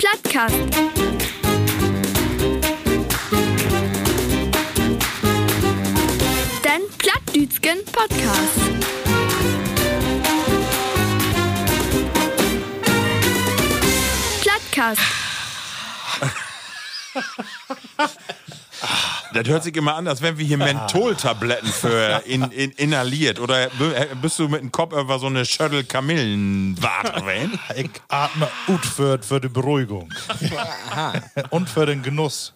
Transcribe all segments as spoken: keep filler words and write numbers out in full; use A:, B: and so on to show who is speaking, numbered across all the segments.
A: Plattcast. Den Plattdütschen Podcast. Plattcast.
B: Das hört sich immer an, als wenn wir hier Mentholtabletten für in, in, inhaliert. Oder bist du mit dem Kopf über so eine Schüttel Kamillenwarte rein?
C: Ich atme gut für, für die Beruhigung. Und für den Genuss.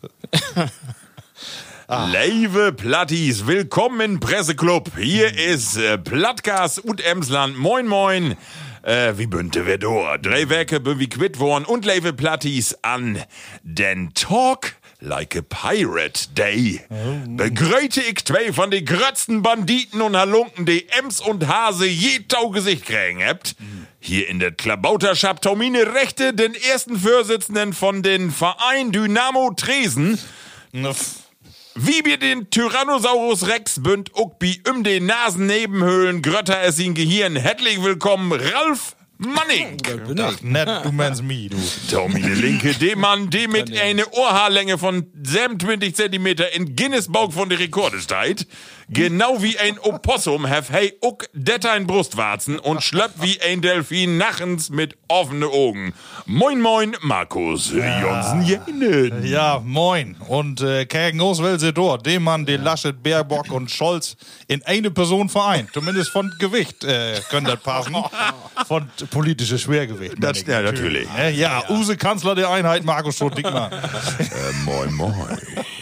B: Ah. Liebe Plattis, willkommen im Presseclub. Hier ist äh, Plattcast und Emsland. Moin, moin. Äh, wie bünte wir da? Drei Werke bin wie quitt worden und liebe Plattis an den Talk Like a Pirate Day. Oh. Begrüße ich zwei von den grötzten Banditen und Halunken, die Ems und Hase je Taugesicht kriegen habt. Mhm. Hier in der Klabauterschap Taumine Rechte, den ersten Vorsitzenden von den Verein Dynamo Tresen. Nuff. Wie wir den Tyrannosaurus Rex bünd ukbi um den Nasennebenhöhlen Grötter es ihn Gehirn. Herzlich willkommen, Ralf Manning.
C: Ach, nett, du meinst mich, du.
B: Taumine Linke, dem Mann, dem mit einer Ohrhaarlänge von siebenundzwanzig Zentimeter in Guinness-Buch von der Rekorde steigt. Genau wie ein Opossum have hey uck dettein Brustwarzen und schlöppt wie ein Delfin nachens mit offene Augen. Moin moin, Markus ja. Jonsen Jenen.
C: Ja, moin. Und äh, gegen uns will sie dort, dem Mann, den Laschet, Baerbock und Scholz in eine Person vereint. Zumindest von Gewicht äh, können das passen. Von politische Schwergewicht.
B: Das, ja, natürlich.
C: Ja, ja, Use Kanzler der Einheit, Markus Schroth-Dickmann.
B: äh, moin moin.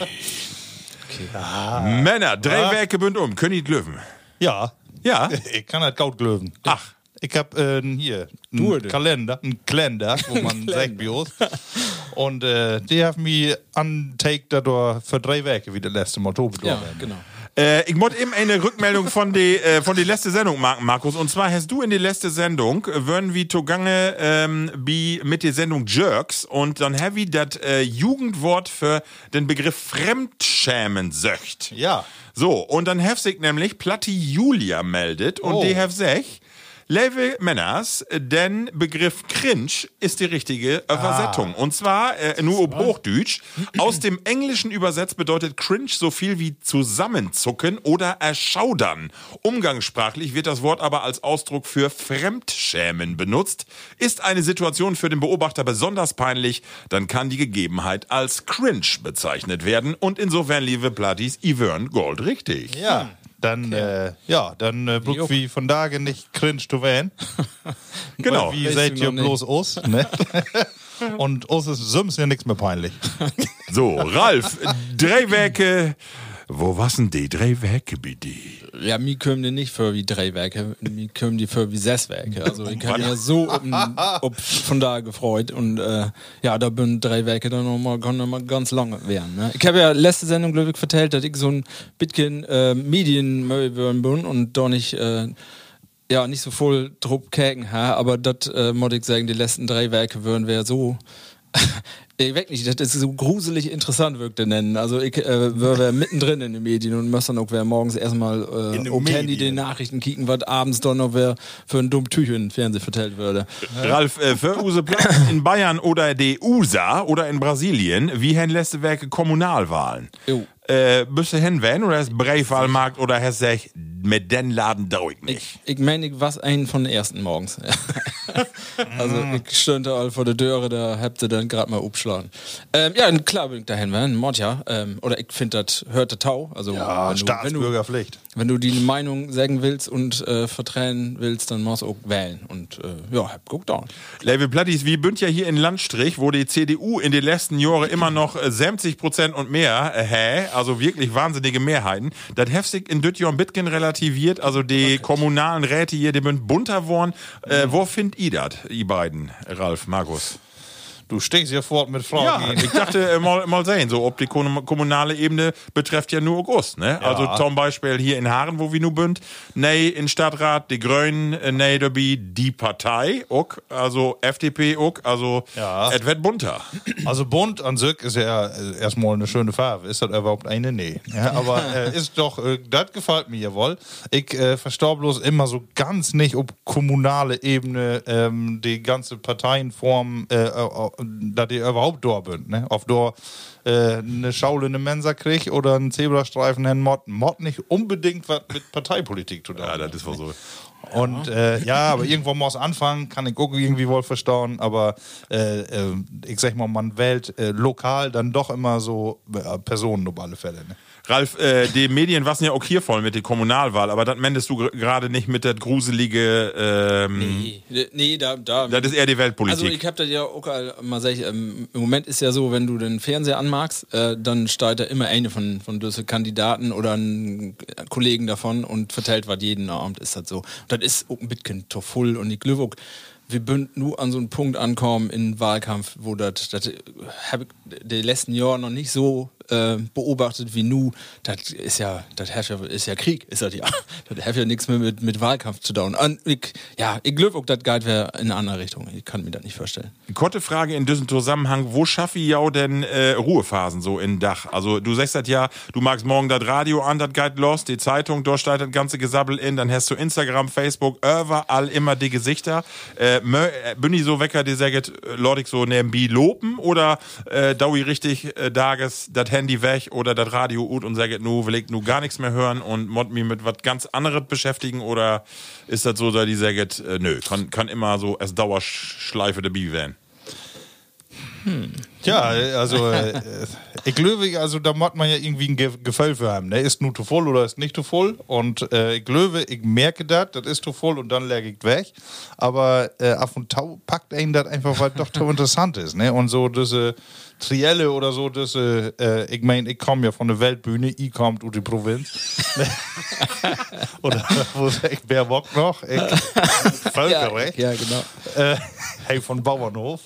B: Ja. Männer, drei ja. Werke bünd um, König Löwen.
C: Ja.
B: Ja.
C: Ich kann halt Gaut glöwen.
B: Ach.
C: Ich hab äh, hier einen Kalender, einen Kalender, wo man sagt Bios. Und äh, die haben mich angetaked dadurch für drei Werke wie der letzte Mal Oktober.
D: Ja, genau.
B: Äh, ich muss eben eine Rückmeldung von der äh, von die letzte Sendung machen, Markus. Und zwar hast du in die letzte Sendung, äh, würden wir zugange ähm, bi mit der Sendung Jerks und dann have ich das äh, Jugendwort für den Begriff Fremdschämen söcht.
C: Ja.
B: So, und dann have sich nämlich Platti Julia meldet und
C: oh.
B: die have sich, liebe Männers, den Begriff Cringe ist die richtige Übersetzung. Ah. Und zwar, äh, nur auf Hochdeutsch, aus dem Englischen übersetzt bedeutet Cringe so viel wie zusammenzucken oder erschaudern. Umgangssprachlich wird das Wort aber als Ausdruck für Fremdschämen benutzt. Ist eine Situation für den Beobachter besonders peinlich, dann kann die Gegebenheit als Cringe bezeichnet werden. Und insofern, liebe Plattis, Ivern Gold richtig.
C: Ja. Dann, okay. äh, ja, dann äh, braucht wie von da nicht cringe zu werden.
B: Genau.
C: Weil wie seid ihr bloß aus, ne? Und uns ist Sims ja nichts mehr peinlich.
B: So, Ralf, drei Werke. Wo was denn die drei Werke bitte?
D: Ja, mir kommen die nicht für wie drei Werke, mir kommen die für wie sechs Werke. Also ich habe ja so ob, ob von da gefreut und äh, ja, da bin drei Werke dann noch mal, kann noch mal ganz lange werden. Ne? Ich habe ja letzte Sendung glaube ich vertellt, dass ich so ein bisschen äh, Medienmöll bin und da nicht äh, ja nicht so voll Druck kägen, aber das äh, muss ich sagen, die letzten drei Werke würden wir so ich weiß nicht, das ist so gruselig interessant wirkte nennen. Also ich äh, wäre mittendrin in den Medien und müsste dann auch wer morgens erstmal äh, auf Handy den Nachrichten kicken, was abends dann noch wer für ein dumm Tüch im Fernsehen vertellt würde.
B: Ralf, äh, für Use Platz in Bayern oder die U S A oder in Brasilien, wie hen letzte Werke Kommunalwahlen? Jo. Äh, bist du hin, wenn oder ist Breivahlmarkt oder hast du mit den Laden dauert ich nicht?
D: Ich, ich meine, ich war einen von den ersten morgens. Also ich stand da vor der Döre, da habt ihr dann gerade mal aufschlagen. Ähm, ja, klar bin ich dahin, wenn Mord ja. Ähm, oder ich finde, das hört der Tau. Also
C: ja, Staatsbürgerpflicht.
D: Wenn du die Meinung sagen willst und äh, vertränen willst, dann musst du auch wählen. Und äh, ja, hab guckt da.
B: Liebe Plattis, wir bünd ja hier in Landstrich, wo die C D U in den letzten Jahren immer noch äh, siebzig Prozent und mehr äh, hä, also wirklich wahnsinnige Mehrheiten. Das heftig in Dütjon Bitgen relativiert, also die okay. kommunalen Räte hier, die bünd bunter worden. Äh, wo findet ihr das, ihr beiden, Ralf, Markus?
C: Du stehst ja fort mit Fragen.
B: Ja, ich dachte, äh, mal, mal sehen, so ob die kommunale Ebene betrifft ja nur August, ne? Ja. Also zum Beispiel hier in Haaren, wo wir nu bünd, nee, in Stadtrat, die Grünen, äh, nee, dabei die Partei, auch, also F D P, auch, also
C: ja.
B: es wird bunter.
C: Also bunt an sich ist ja erstmal eine schöne Farbe. Ist das überhaupt eine? Nee. Ja, aber äh, ist doch, äh, das gefällt mir jawohl. Ich äh, verstehe bloß immer so ganz nicht, ob kommunale Ebene ähm, die ganze Parteienform äh, dass ihr überhaupt da bünd, ne? Ob da äh, eine Schaule in der Mensa kriegt oder einen Zebrastreifen in Mod. Mod nicht unbedingt was mit Parteipolitik zu tun.
B: Ja, das ist wohl so.
C: Und äh, ja, aber irgendwo muss anfangen, kann ich auch irgendwie wohl verstauen, aber äh, äh, ich sag mal, man wählt äh, lokal dann doch immer so äh, Personen auf alle Fälle. Ne?
B: Ralf, äh, die Medien waren ja auch hier voll mit der Kommunalwahl, aber das mendest du gr- gerade nicht mit der gruselige. Ähm,
D: Nee, nee, da, da.
B: Das ist eher die Weltpolitik.
D: Also ich habe das ja auch mal sag ich, ähm, im Moment ist ja so, wenn du den Fernseher anmachst, äh, dann steigt da immer eine von, von diesen Kandidaten oder einen Kollegen davon und vertellt was jeden Abend, ist das so. Und das ist auch ein bisschen to voll und ich glaube auch, wir bünd nur an so einen Punkt ankommen in Wahlkampf, wo das, das habe ich die letzten Jahre noch nicht so äh, beobachtet wie nu. Das ist ja, das herrscht ja, ist ja Krieg, ist das ja. Das hat ja nichts mehr mit, mit Wahlkampf zu tun. Und ich, ja, ich glaube auch, das Guide wäre in eine andere Richtung. Ich kann mir das nicht vorstellen.
B: Kurze Frage in diesem Zusammenhang, wo schaffe ich ja denn äh, Ruhephasen so in Dach? Also du sagst das ja, du magst morgen das Radio an, das geht los, die Zeitung, da steht das ganze Gesabbel in, dann hast du Instagram, Facebook, überall immer die Gesichter. Äh, mö, äh, bin ich so wecker, die sagt, Lord ich so nebenbei lopen oder äh, dau ich richtig äh, Tages das Handy weg oder das Radio ut und sagt, nu will ich nu gar nichts mehr hören und mod mich mit was ganz anderes beschäftigen oder ist das so, dass die sagt, äh, nö, kann, kann immer so als Dauerschleife dabei werden?
C: Hm. Ja, also äh, ich glaube, also da muss man ja irgendwie ein Ge- Gefühl für haben. Ne? Ist nur zu voll oder ist nicht zu voll? Und äh, ich glaube, ich merke das, das ist zu voll und dann lege ich weg. Aber äh, auf und tau packt einen das einfach, weil doch so interessant ist. Ne? Und so diese Trielle oder so, diese, äh, ich meine, ich komme ja von der Weltbühne, ich komme aus der Provinz. Oder wo ist ich Baerbock noch? Ich, Völkerrecht.
D: Ja, ja, genau.
C: Äh, hey, von Bauernhof.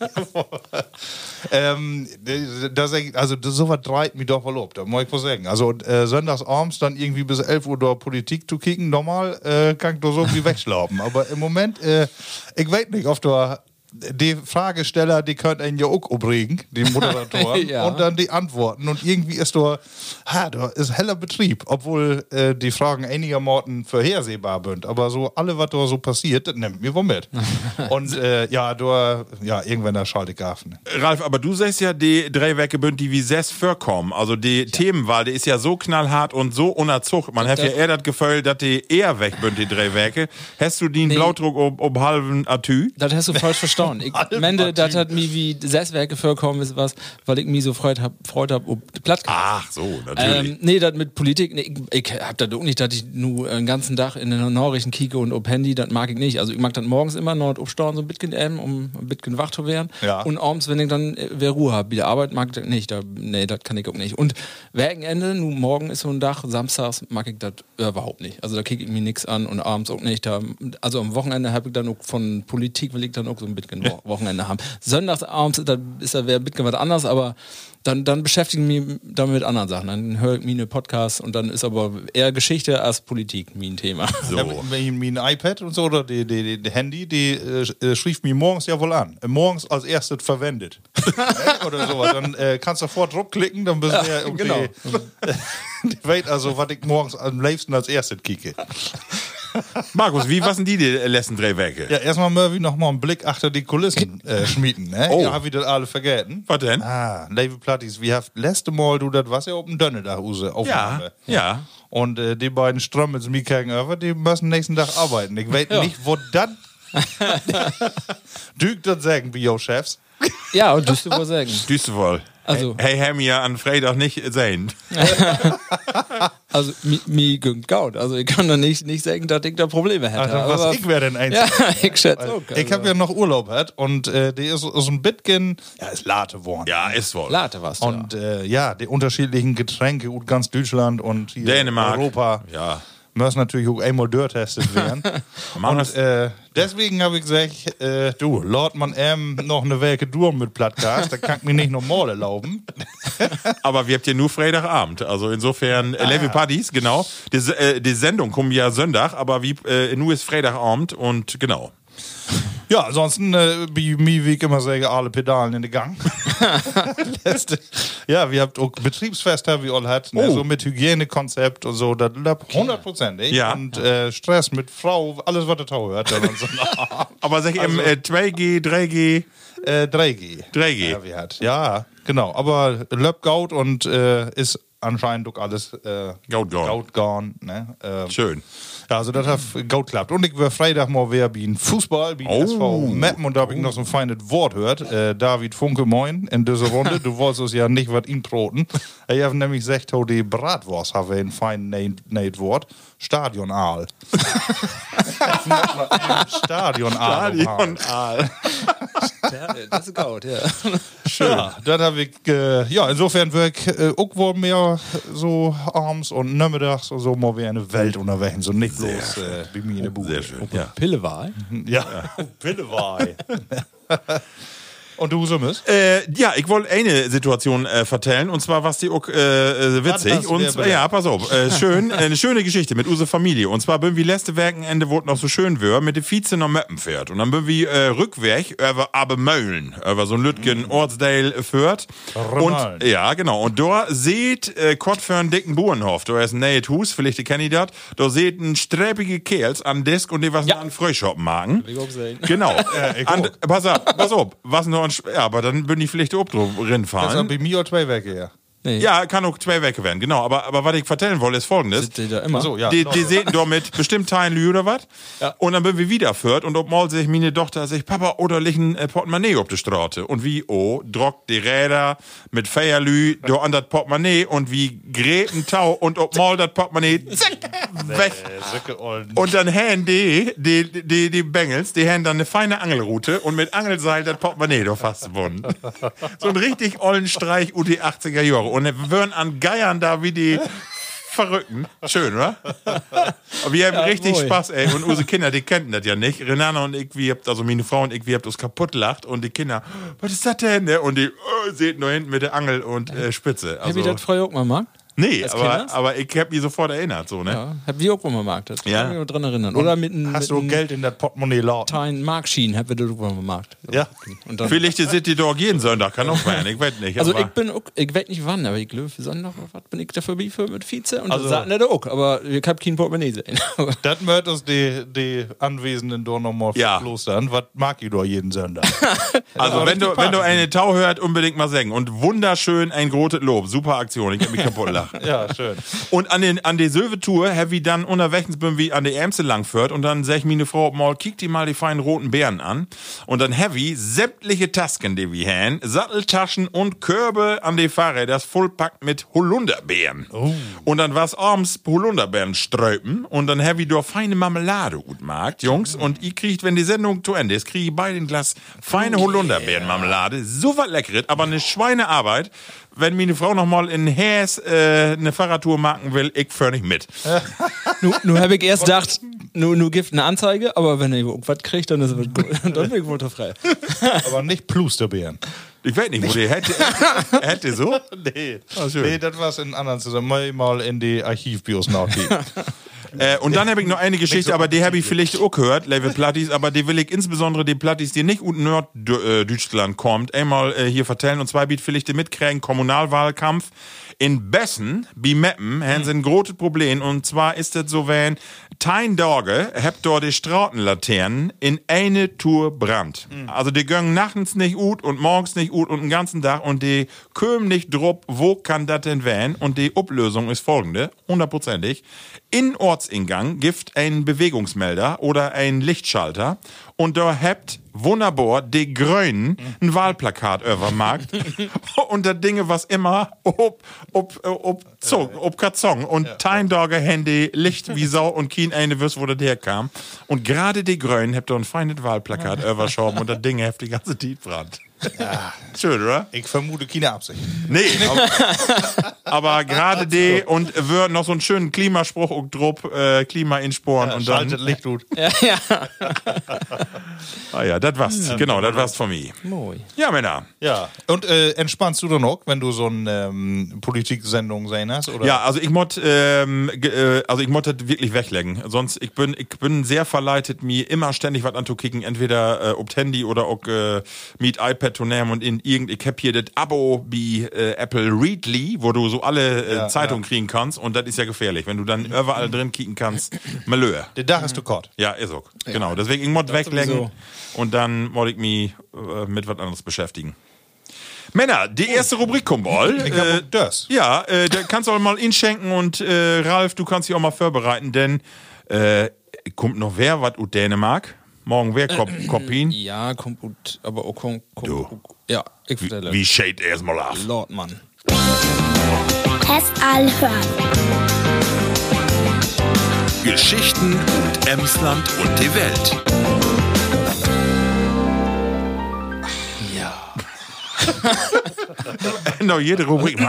C: ähm, das, also das, sowas treibt mich doch mal ab, da muss ich mal sagen. Also äh, sonntagsabends dann irgendwie bis elf Uhr da Politik zu kicken, normal äh, kann ich da so irgendwie wegschlafen. Aber im Moment, äh, ich weiß nicht, ob da die Fragesteller, die können einen ja auch umbringen, die Moderatoren,
D: ja.
C: und dann die Antworten. Und irgendwie ist da, ha, da ist heller Betrieb, obwohl äh, die Fragen einigermaßen vorhersehbar sind. Aber so alle, was da so passiert, das nimmt mir wohl mit. Und äh, ja, da, ja, irgendwann da schalte ich auf. Ne?
B: Ralf, aber du sagst ja, die drei Werke bünd, die wie ses vorkommen. Also die ja. Themenwahl, die ist ja so knallhart und so unerzucht. Man hat ja eher das Gefühl, dass die eher weg bünd, die drei Werke. Hast du den nee. Blaudruck um, um halben Atü?
D: Das hast du falsch verstanden. Ich meine, das hat mir wie Sesswerke vorkommen ist was, weil ich mich so freut hab, freut hab, ob Platz.
B: Ach so, natürlich.
D: Ähm, nee, das mit Politik, nee, ich, ich hab das auch nicht, dass ich nur den ganzen Tag in den Nachrichten kicke und ob Handy, das mag ich nicht. Also ich mag das morgens immer noch aufstehen, so ein bisschen ähm, um ein bisschen wach zu werden.
C: Ja.
D: Und abends, wenn ich dann äh, wer Ruhe habe, wieder Arbeit, mag ich das nicht. Da, nee, das kann ich auch nicht. Und Wochenende, nun morgen ist so ein Tag, samstags mag ich das überhaupt nicht. Also da kicke ich mir nichts an und abends auch nicht. Da, also am Wochenende habe ich dann auch von Politik, will ich dann auch so ein bisschen Wochenende haben. Sonntagsabends da ist da wäre ein bisschen was anderes, aber dann, dann beschäftige ich mich damit mit anderen Sachen. Dann höre ich mir eine Podcast und dann ist aber eher Geschichte als Politik mein Thema.
C: So. Ja, mein iPad und so oder die, die, die Handy, die äh, schrieb mir morgens ja wohl an. Morgens als erstes verwendet. Oder sowas. Dann äh, kannst du sofort draufklicken, dann bist du ja, irgendwie. Genau. Die weiß also, was ich morgens am liebsten als erstes kicke.
B: Markus, wie was sind die, die letzten drei Werke?
C: Ja, erstmal Murphy noch mal einen Blick achter die Kulissen äh, schmieden, ne?
B: Oh.
C: Ja, hab ich das alle vergessen.
B: Was denn?
C: Ah, Level Platties, wir haben letzte Mal, du, das was ja auf dem Dönne da Hause
B: Ja, ja.
C: Und äh, die beiden Strömmels mir gegenüber, die müssen nächsten Tag arbeiten. Ich weiß
D: ja.
C: nicht, wo das dügt das sagen, wie jo Chefs.
D: Ja, und düst du wohl sagen.
B: Düst du wohl.
D: Also.
B: Hey, hey, haben ja an Freitag nicht sehen.
D: Also, mir, mir gönnt gaut. Also, ich kann doch nicht, nicht sagen, dass ich da Probleme hätte.
C: Also, was
D: aber
C: ich wäre denn eins.
D: Ja, ich schätze auch. Also.
C: Ich habe ja noch Urlaub gehabt und äh, die ist so ein bisschen, ja, ist Late geworden.
B: Ja, ist wohl.
D: Late was.
C: Und ja, äh, ja die unterschiedlichen Getränke aus ganz Deutschland und hier
B: Dänemark.
C: Europa.
B: Ja.
C: Müssen natürlich auch einmal durchtestet werden. Und äh, deswegen habe ich gesagt, äh, du, Lord man ähm, noch eine Werke durch mit Plattcast, da kann ich mir nicht normal erlauben.
B: Aber wir habt ja nur Freitagabend, also insofern ah. Level Partys, genau. Die, äh, die Sendung kommt ja Sonntag, aber wie äh, nur ist Freitagabend und genau.
C: Ja, ansonsten, äh, wie, wie ich immer sage, alle Pedalen in den Gang. Ja, wir habt auch Betriebsfest, wie all hat, ne?
B: Oh.
C: So mit Hygienekonzept und so, das läuft hundertprozentig.
B: Ja.
C: Und äh, Stress mit Frau, alles, was der Tau hört. Und so.
B: Aber sag eben,
C: Also-
B: äh, zwei G, drei G.
C: Äh, drei G.
B: drei G.
C: Ja, wie hat. Ja, genau. Aber Löb Gaut und äh, ist anscheinend doch alles äh,
B: Gaut gone.
C: Gaut gone, ne? Ähm,
B: Schön.
C: Ja, also das hat gut geklappt. Und ich war Freitag mal wieder bei Fußball, bei
B: Oh.
C: S V Meppen, und da habe ich noch so ein feines Wort gehört. Äh, David Funke, moin, in dieser Runde. Du wolltest uns ja nicht was inproten. Ich habe nämlich gesagt, oh, die Bratwurst haben wir ein feines Wort. Stadionaal. Stadionaal.
B: Stadionaal.
D: Ja, das ist gut, ja.
C: Schön. Ja, das habe ich, äh, ja, insofern wir äh, auch wohl mehr so abends und nachmittags und so mal wie eine Welt unterwegs. So nicht bloß äh, bei mir in der Bude.
B: Sehr schön. Ja.
D: Pillewahl.
C: Ja, bitte wahr. Und du, Summes?
B: Äh, ja, ich wollte eine Situation äh, vertellen, und zwar was die auch äh, äh, witzig.
C: Was, was,
B: und
C: wer
B: zwar,
C: bitte?
B: ja, pass auf, äh, schön, äh, eine schöne Geschichte mit unserer Familie. Und zwar bin wir letzte Wochenende, wo es noch so schön wär, mit der Vize nach Meppen fährt. Und dann bin wir äh, Rückweg über Abemölln, über so ein Lütgen Ortsdale fährt. Und
C: Remölln.
B: ja, genau. Und da seht äh, Kott für einen dicken Burenhof. Da ist ein neues Hus, vielleicht kennt ihr das. Da seht ein sträbige Kerls an Disk und die was
D: Ja.
B: an Frühschoppen machen.
D: Ich auch sehen.
B: Genau.
C: ich
B: An, pass auf, pass auf, was noch ein, Sch- ja, aber dann würden die vielleicht auch drin
C: Das
B: fahren.
C: ist bei mir auch zwei Wege, ja.
D: Nee.
B: Ja, kann auch zwei Wege werden, genau. Aber, aber was ich vertellen wollte, ist folgendes.
D: Sind die da immer?
C: So, ja.
B: Die, die sehen da mit bestimmt Teilen Lü oder was.
D: Ja.
B: Und dann bin wir wieder führt und ob mal sich meine Tochter sich, Papa, oder liegt ein äh, Portemonnaie auf der Straße. Und wie, oh, drockt die Räder mit Feierlü da an das Portemonnaie und wie gräben Tau und ob mal das Portemonnaie, zack, weg. Und dann haben die, die, die, die Bengels, die haben dann eine feine Angelrute und mit Angelseil das Portemonnaie da fast verbunden. So ein richtig ollen Streich U die achtziger Jahre. Und wir würden an Geiern da wie die Verrückten. Schön, oder? Aber wir haben
D: Ja,
B: richtig
D: wohl.
B: Spaß, ey. Und unsere Kinder, die kennen das ja nicht. Renana und ich, wir habt, also meine Frau und ich, wir habt uns kaputt lacht. Und die Kinder, was ist das denn? ne? Und die, äh, seht nur hinten mit der Angel und äh, Spitze.
D: Hab ich
B: Also,
D: das früher auch mal gemacht?
B: nee,
D: als
B: aber,
D: Kinders?
B: aber ich hab mich sofort erinnert, so, ne?
D: Ja, hab ich auch mal gemacht. Das
B: Ja.
D: kann ich mich noch dran erinnern. Oder mit einem
C: Hast du Geld in das Portemonnaie laden?
D: kleinen Markschienen hab ich das auch mal gemacht.
C: Ja.
D: Und dann,
B: Vielleicht sind die doch jeden Sonntag, kann auch sein, ich weiß nicht.
D: also
B: aber
D: ich bin auch, ich weiß nicht wann, aber ich glaube für Sonntag oder was bin ich dafür wie für mit Vize und
C: Also-
D: also, sagten das auch, aber ich hab kein Portemonnaie sehen.
C: Das möcht uns die, die Anwesenden da nochmal
B: Ja.
C: verklostern. Was mag ich doch jeden Sonntag?
B: Also, wenn du, wenn du eine Tau hört, unbedingt mal sagen. Und wunderschön ein großes Lob. Super Aktion. Ich hab mich kaputt lachen.
C: Ja, schön.
B: Und an, den, an die Söwe-Tour habe ich dann unterwegs bin wie an die Ämste langführt und dann sag ich meine Frau, mal, kick die mal die feinen roten Beeren an. Und dann habe ich sämtliche Tasken, die wir haben, Satteltaschen und Körbe an die Fahrräder, vollpackt mit Holunderbeeren. Und dann war's abends Holunderbeeren sträupen und dann habe ich da feine Marmelade gut markt, Jungs. Und ich kriegt, wenn die Sendung zu Ende ist, kriege ich beide ein Glas feine Holunderbeeren-Marmelade. So was Leckeres, aber eine Schweinearbeit. Wenn meine Frau noch mal in Häs äh, eine Fahrradtour machen will, ich fahr nicht mit.
D: Nun, nun habe ich erst gedacht, nur, nur gibt eine Anzeige, aber wenn ich was kriegt, dann ist es gut. Dann bin ich wohl frei.
C: Aber nicht Plusterbeeren.
B: Ich weiß nicht, wo die hätte, hätte so.
C: Nee.
B: Ah, schön.
C: Nee, das war's in anderen zusammen. Mal, mal in die Archivbios nachgehen.
B: Äh, und dann habe ich noch eine Geschichte, aber die habe ich vielleicht auch gehört, Level Plattis, aber die will ich insbesondere die Plattis, die nicht unten Norddeutschland kommt, einmal äh, hier vertellen. Und zwar biet vielleicht die mitkriegen, Kommunalwahlkampf. In Bessen, bei Meppen, haben sie ein großes Problem. Und zwar ist das so, wenn Tein Dorge habt dort die Straßenlaternen in eine Tour Brand. Also die gehen nachts nicht gut und morgens nicht gut und den ganzen Tag und die kommen nicht drauf, wo kann das denn werden? Und die Ablösung ist folgende, hundertprozentig. In Ortsingang gibt ein Bewegungsmelder oder ein Lichtschalter und da habt wunderbar die Grünen ein Wahlplakat übermarkt und das Dinge was immer ob ob ob Zung, ob Katzong und Teindorger Handy Licht wie Sau und kein eine wüsste, wo das herkam. Und gerade die Grünen habt da ein feines Wahlplakat überschoben und das Ding habt die ganze Zeit Brand. Ja. Schön, oder?
C: Ich vermute keine Absicht.
B: Nee, aber, aber gerade die und wird noch so einen schönen Klimaspruch und Druck, äh, Klima in Sporen und dann.
C: Schaltet Licht gut.
D: Ja, ja.
B: Ah ja, das war's. Genau, das war's von mir.
D: Moi.
B: Ja, Männer.
C: Ja. Und äh, entspannst du dann auch, wenn du so eine ähm, Politiksendung sehen hast? Oder?
B: Ja, also ich mod, ähm, ge- äh, also ich mod das wirklich weglegen. Sonst, ich bin, ich bin sehr verleitet, mir immer ständig was anzukicken, entweder äh, ob Handy oder auch äh, mit iPad zu nehmen und in irgend, ich hab hier das Abo wie äh, Apple Readly, wo du so alle äh,
C: Ja,
B: Zeitungen kriegen kannst und das ist ja gefährlich, wenn du dann überall drin kicken kannst, Malheur.
C: Der Dach ist zu kort.
B: Ja, ist auch. Genau, deswegen ich mod weglegen.
D: Jo.
B: Und dann muss ich mich äh, mit was anderes beschäftigen. Männer, die erste Rubrik kommt all.
C: Ich hab
B: Äh,
C: auch das.
B: ja, äh, da kannst du auch mal inschenken und äh, Ralf, du kannst dich auch mal vorbereiten, denn äh, kommt noch wer was aus Dänemark? Morgen wer kommt Kopien?
D: Ja, kommt gut, aber auch kommt. kommt
B: Du.
D: Ja, ich vertelle.
B: Wie shade erstmal ab?
D: Lord, Mann.
A: Test allhören.
E: Geschichten und Emsland und die Welt.
D: Ja.
B: Genau, jede Rubrik.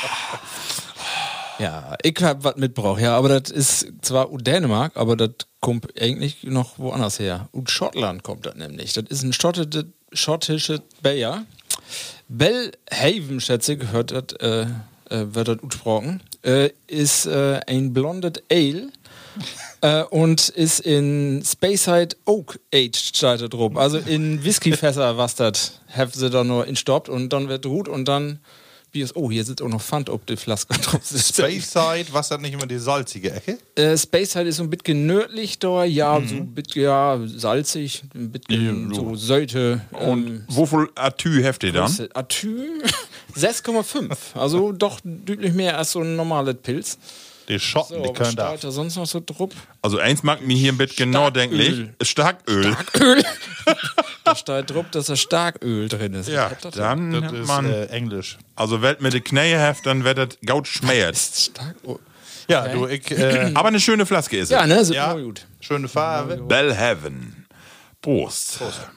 D: Ja, ich hab was mitgebracht, ja, aber das ist zwar aus Dänemark, aber das kommt eigentlich noch woanders her. Aus Schottland kommt das nämlich. Das ist ein schottische, schottische Bayer. Belhaven, schätze ich, gehört das, äh, äh, wird das ausgesprochen. Äh, ist äh, ein blondet Ale. Äh, und ist in Speyside Oak Aged, steht da drauf. Also in Whiskyfässer, was das, haben sie da nur instoppt und dann wird ruht und dann, wie ist, oh, hier sitzt auch noch Pfand auf die Flaske drauf.
C: Speyside, was hat nicht immer die salzige Ecke?
D: Äh, Speyside ist so ein bisschen nördlich da, ja, so ein bisschen, ja, salzig, ein bisschen so Säute.
B: Und
D: ähm,
B: wofür Atü heftet dann?
D: Größe- Atü sechs Komma fünf, also doch deutlich mehr als so ein normales Pilz.
C: Die Schotten,
D: So,
C: die
D: was
C: können da.
D: steht da sonst noch so drauf?
B: Also eins mag mir hier ein bisschen nachdenklich. Starköl.
D: Öl. Da steht drauf, dass da Starköl drin ist.
B: Ja,
D: Was hat das
B: dann
C: Das
B: hat
C: ist
B: man,
C: äh, Englisch.
B: also wenn mit den Knähe heft, dann wird das gaut schmäht.
D: ist Starköl.
C: Ja,
D: Okay.
C: du, ich, äh,
B: Aber eine schöne Flaske ist es.
D: Ja, ne, sind
C: ja,
D: ja. gut.
C: schöne Farbe.
B: Belhaven. Prost.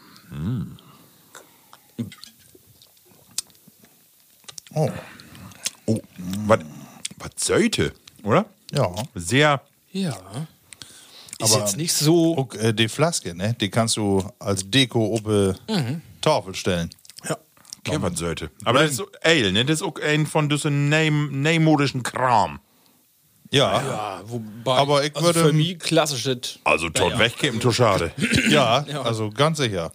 C: Oh,
B: Oh, was was Säute, oder?
C: ja.
B: Sehr,
D: Ja. Ist
C: Aber-
D: jetzt nicht so.
C: Und, äh, die Flaske, ne, die kannst du als Deko auf die Tafel stellen.
D: Ja.
B: ja, was Säute. Aber das ist so Ale, ne? Das ist auch ein von diesem neumodischen Kram.
C: Ja,
D: Ja, wobei.
C: Aber ich
D: also
C: würde-
D: für mich klassisches.
B: Also tot wegkippen, to schade.
C: ja, also ganz sicher.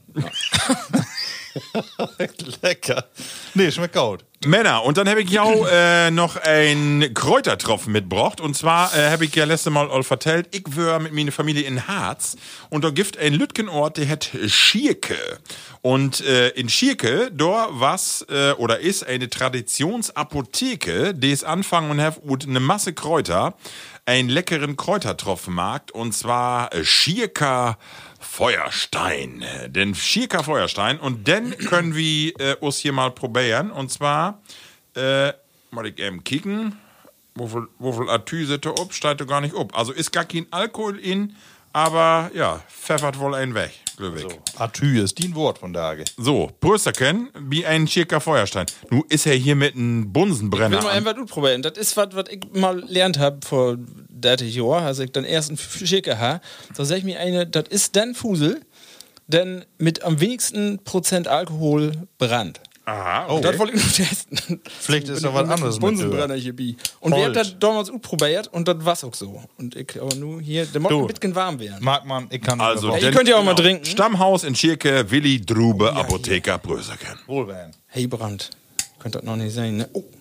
C: Lecker. Nee, schmeckt gut.
B: Männer, und dann habe ich ja auch, äh, noch ein Kräutertropfen mitgebracht. Und zwar äh, habe ich ja letzte Mal all vertellt, ich war mit meiner Familie in Harz und da gibt ein Lütgenort, der hat Schierke. Und äh, in Schierke, da was äh, oder ist eine Traditionsapotheke, die es anfangen und hat und eine Masse Kräuter, einen leckeren Kräutertropfenmarkt und zwar äh, Schierker Feuerstein. Den Schierker Feuerstein. Und den können wir äh, uns hier mal probieren. Und zwar, äh, mal ich eben kicken, wofür, wofür Atü sitzt da ob, steigt da gar nicht ob. Also ist gar kein Alkohol in, aber ja, pfeffert wohl einen weg, glaube ich. So,
C: Atü ist die ein Wort von Tage.
B: so Prösterken, wie ein Schierker Feuerstein. Nu ist er hier mit einem
D: Ich
B: Bunsenbrenner.
D: will mal
B: an.
D: einfach ausprobieren. Das ist was, was ich mal gelernt habe vor dreißig Jahren, als ich den ersten Schicke habe. Da sag ich mir eine, das ist dann Fusel, denn mit am wenigsten Prozent Alkohol brannt.
B: Aha,
D: Und
B: okay.
D: das wollte ich noch testen.
C: Vielleicht ist
D: Bin
C: da
D: ich
C: was
D: mit
C: anderes
D: dem
C: mit
D: Bunsenbrenner hier bi. Und wir haben
C: Gold.
D: das damals ausprobiert und das war auch so. Und ich aber nur hier, der muss
C: Du.
D: ein bisschen warm werden.
C: Mag man, ich kann
B: Also,
C: nicht
D: Hey, ihr
B: denn-
D: könnt ja auch mal trinken.
B: Stammhaus in Schierke, Willi Drube, Apotheker Prösterken.
C: wohl werden.
D: Hey, Brand. Könnte das noch nicht sein, ne? Oh.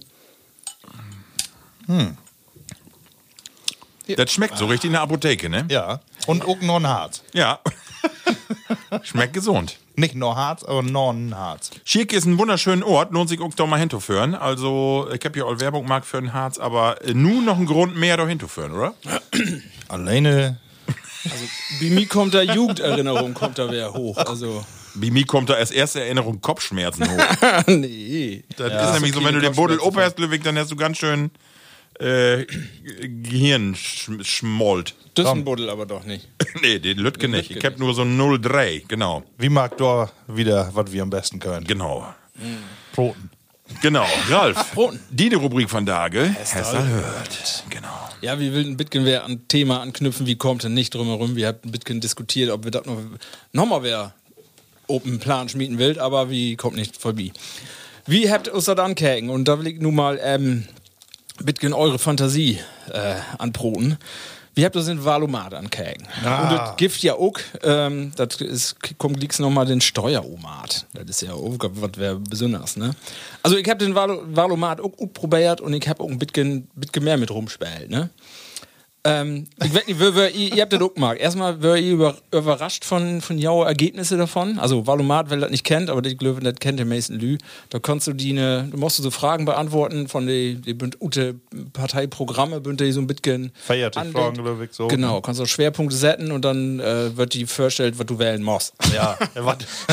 B: Das schmeckt so richtig in der Apotheke, ne?
C: Ja. Und auch noch ein Harz.
B: Ja. Schmeckt gesund.
C: Nicht nur Harz, aber noch ein Harz.
B: Schierke ist ein wunderschöner Ort, lohnt sich auch da mal hinzuführen. Also, ich habe ja auch Werbung gemacht für den Harz, aber äh, nun noch ein Grund mehr da hinzuführen, oder?
C: Alleine.
D: Bei mir kommt da Jugenderinnerung, kommt da wer hoch. Also,
B: Bei mir kommt da als erste Erinnerung Kopfschmerzen hoch.
D: nee.
B: Das ist nämlich so, wenn du den Buddel operst, Ludwig, dann hast du ganz schön äh, Gehirnschmolt.
D: Das ist ein Buddel aber doch nicht.
B: Nee, den Lütke
D: Den
B: nicht.
D: Lütke
B: Ich hab nur so null Komma drei, genau.
C: Wie mag da wieder, was wir am besten können?
B: Genau.
C: Broten.
B: Genau. Ralf,
D: Broten.
B: die Rubrik von Tage. Hester hört. Genau.
D: Ja, wir will ein bisschen wer an Thema anknüpfen, wie kommt denn nicht drumherum. Wir haben ein bisschen diskutiert, ob wir das noch, noch mal wer Open Plan schmieden will, aber wie kommt nicht vorbei. Wie habt ihr uns das ankägen? Und da will ich nun mal ähm, ein bisschen eure Fantasie äh, anproten. Wie habt ihr das in Valomat ankägen?
C: Ah.
D: Und das Gift ja auch, ähm, das ist, kommt liegt's noch mal den Steueromat. Das ist ja auch was wäre besonders, ne? Also ich habe den Valo- Valomat auch gut probiert und ich habe auch ein bisschen, bisschen mehr mit rumgespielt, ne? Ähm, ich weiß nicht, wir, wir, ihr, ihr habt das auch gemacht. Erstmal wäre ihr über, überrascht von, von jouer Ergebnisse davon. Also Valomat, wer das nicht kennt, aber ich glaube, das kennt der Mason Lü. Da kannst du die ne, du musst du so Fragen beantworten von den die, die ute Parteiprogramme, bünd die so ein bisschen
C: Feierte Fragen, glaube ich, so.
D: Genau, kannst du Schwerpunkte setzen und dann äh, wird die vorgestellt, was du wählen musst.
C: Ja, was?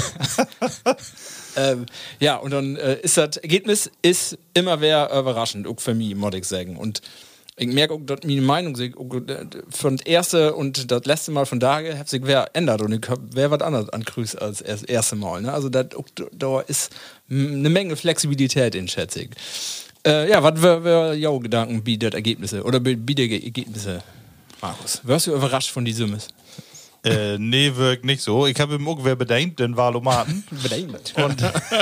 D: ähm, ja, und dann äh, ist das Ergebnis ist immer wer überraschend, auch für mich, muss ich sagen. Und ich merke auch, dass meine Meinung sich von das erste und das letzte Mal von da hat sich wer ändert und ich hab wer was anderes angrüßt als das erste Mal. Ne? Also dat, da ist eine Menge Flexibilität in, schätze ich. Äh, ja, was wäre jouer Gedanken bietet Ergebnisse oder bietet Ergebnisse, Markus? Wirst du überrascht von die Summe?
C: Äh, nee, wirkt nicht so. Ich habe ihm auch wer bedenkt, den Wahlomaten.
D: Bedenkt.
C: Und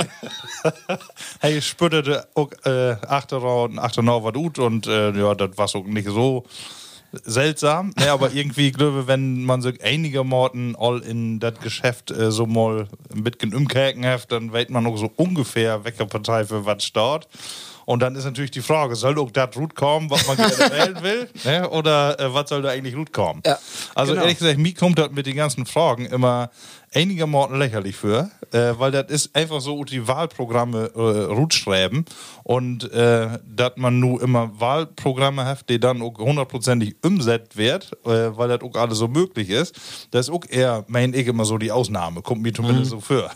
C: hey, spüttete auch äh, Achterraum, Achterraum was gut und äh, ja, das war auch nicht so seltsam. Nee, aber irgendwie, glaube wenn man so einigermaßen all in das Geschäft äh, so mal ein bisschen umkäken hat, dann weiß man auch so ungefähr, welche Partei für was steht. Und dann ist natürlich die Frage, soll auch das gut kommen, was man gerne wählen will? Ne? Oder äh, was soll da eigentlich gut kommen? Ja, also genau. Ehrlich gesagt, mir kommt das mit den ganzen Fragen immer einigermaßen lächerlich für, äh, weil das ist einfach so die Wahlprogramme äh, rutschreiben und äh, dass man nur immer Wahlprogramme hat, die dann auch hundertprozentig umsetzt wird, äh, weil das auch alles so möglich ist. Das ist auch eher, mein ich, immer so die Ausnahme, kommt mir zumindest mhm. so für.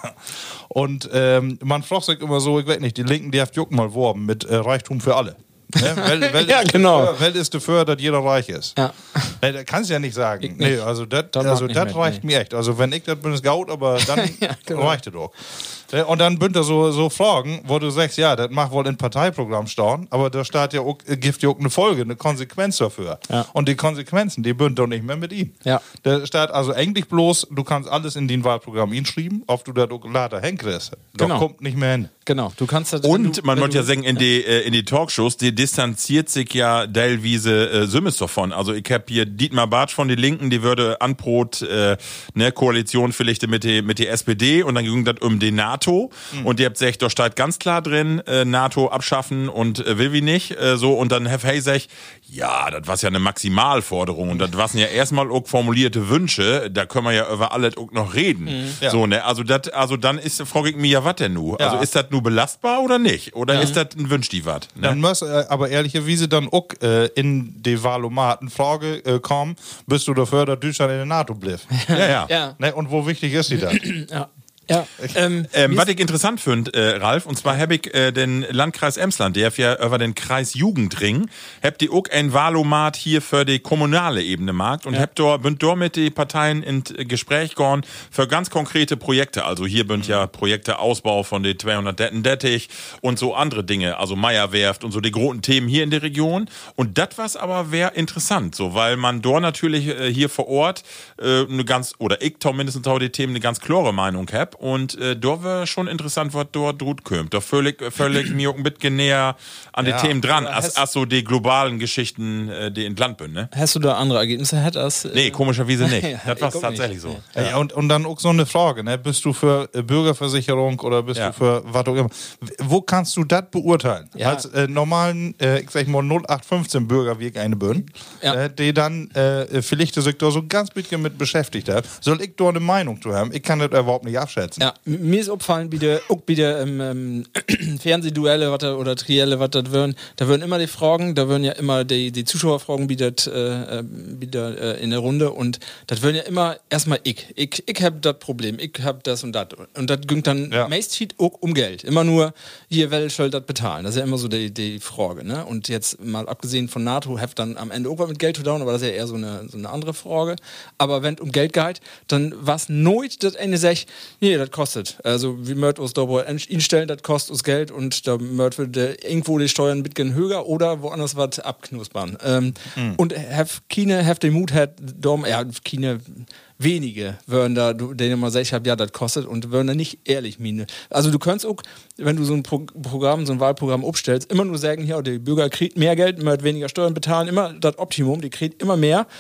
C: Und ähm, man fragt sich immer so, ich weiß nicht, die Linken, die haben auch mal worben mit äh, Reichtum für alle. Ne? Weil, weil
D: ja, genau.
C: Welt ist dafür, dass jeder reich ist. Ja. Ne, das kannst du ja nicht sagen. Ich nee, also das also reicht nee. mir echt. Also wenn ich das bin, ist gut, aber dann ja, genau. reicht es doch. Und dann bünd er so, so Fragen, wo du sagst, ja, das mag wohl in Parteiprogramm stehen, aber da steht ja auch, gibt ja auch eine Folge, eine Konsequenz dafür. Ja. Und die Konsequenzen, die bünd doch nicht mehr mit ihm. Ja. Da steht also eigentlich bloß, du kannst alles in dein Wahlprogramm hinschreiben, ob du da later hinkriegst. Das genau. kommt nicht mehr hin.
D: Genau, du kannst das.
B: Und
D: du,
B: man muss ja sagen, in die, äh, in die Talkshows, die distanziert sich ja teilweise äh, Sümmes davon. Also ich hab hier Dietmar Bartsch von den Linken, die würde anbrot, äh, ne, Koalition vielleicht mit die, mit die S P D und dann ging das um die NATO. Mhm. Und die habt gesagt, da steht ganz klar drin, äh, NATO abschaffen und äh, will wie nicht. Äh, so, und dann Herr Hey sagt, ja, das war ja eine Maximalforderung und das waren ja erstmal auch formulierte Wünsche, da können wir ja über alles auch noch reden. Mhm. Ja. So, ne, also das, also dann ist, frage ich mich ja, was denn nu? Ja. Also ist das nur belastbar oder nicht? Oder ja. ist das ein Wünsch, die was? Ne?
C: Dann muss äh, aber ehrlicherweise dann auch äh, in die Wahlomaten-Frage äh, kommen, bist du dafür, dass Deutschland in der NATO bleibt?
B: ja, ja.
C: ja. Ne, und wo wichtig ist die dann?
D: ja. Ja,
B: ähm, ähm, was ich interessant finde, äh, Ralf, und zwar habe ich äh, den Landkreis Emsland, der ja über den Kreis Jugendring, habt die auch ein Wahlomat hier für die kommunale Ebene markt und ja. habt dort, bünd dort mit den Parteien in Gespräch gegangen für ganz konkrete Projekte. Also hier bünd mhm. ja Projekte Ausbau von den zweihundert Detten Dettich und so andere Dinge, also Meierwerft und so die großen Themen hier in der Region. Und das was aber wäre interessant, so, weil man dort natürlich äh, hier vor Ort äh, eine ganz, oder ich zumindest auch die Themen eine ganz klare Meinung hab. Und äh, da wäre schon interessant, was dort drut kommt. Da völlig, völlig mir ein bisschen näher an ja, die Themen dran, als, als so die globalen Geschichten, äh, die in Land bin, ne?
D: Hast du da andere Ergebnisse? Hat das, äh
B: nee, komischerweise nicht. Das war tatsächlich so.
C: Ja. Ja, und, und dann auch so eine Frage, ne? Bist du für äh, Bürgerversicherung oder bist ja. du für was auch immer? Wo kannst du das beurteilen? Ja. Als äh, normalen, äh, ich sag mal, null acht fünfzehn Bürger, wie ich eine bin, ja. äh, die dann äh, vielleicht sich da so ganz bisschen mit beschäftigt haben, soll ich da eine Meinung zu haben? Ich kann das überhaupt nicht abschätzen.
D: Ja, mir ist aufgefallen, wie der, auch wie der ähm, ähm, Fernsehduelle wat, oder Trielle, was das würden, da würden immer die Fragen, da würden ja immer die, die Zuschauerfragen bietet, äh, wieder äh, in der Runde und das würden ja immer erstmal ich. Ich, ich hab das Problem, ich hab das und das. Und das ging dann ja. meist auch um Geld. Immer nur, hier, wer soll das bezahlen? Das ist ja immer so die, die Frage. Ne? Und jetzt mal abgesehen von NATO, habt dann am Ende auch was mit Geld zu tun, aber das ist ja eher so eine, so eine andere Frage. Aber wenn es um Geld geht, dann war es nooit, dass eine sagt, nee, das kostet. Also wie möcht uns da wohl instellen, das kostet uns Geld und da möcht wir irgendwo die Steuern ein bisschen höher oder woanders was abknuspern. Ähm, mhm. Und have keine, have den Mut hat, dom, ja, keine wenige würden da, denen man sagt, ja, das kostet und würden da nicht ehrlich mine. Also du könntest auch, wenn du so ein Pro- Programm, so ein Wahlprogramm aufstellst, immer nur sagen, ja, die Bürger kriegt mehr Geld, möcht weniger Steuern bezahlen, immer das Optimum, die kriegt immer mehr.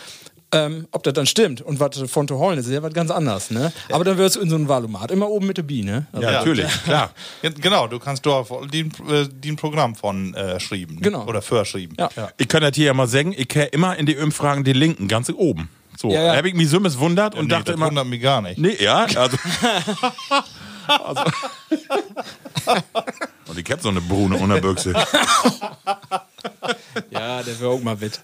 D: Ähm, ob das dann stimmt und was von zu holen ist, ist ja was ganz anderes, ne? Aber dann wirst du in so einem Valomat immer oben mit der Bi, ne? Also
B: Ja, natürlich, klar.
C: Ja, genau, du kannst dort den, äh, den Programm von äh, schreiben.
D: Genau.
C: Oder verschrieben.
D: Ja.
B: Ich kann das hier ja mal sagen, ich kenne immer in die Umfragen die Linken ganz oben. So,
D: Ja, ja.
B: da habe ich mich so wundert und
C: Nee,
B: dachte
C: das
B: immer,
C: wundert mich gar nicht.
B: nee, ja, also. also. Und ich hab so eine brune Unterbüchse.
D: Ja, der wäre auch mal mit.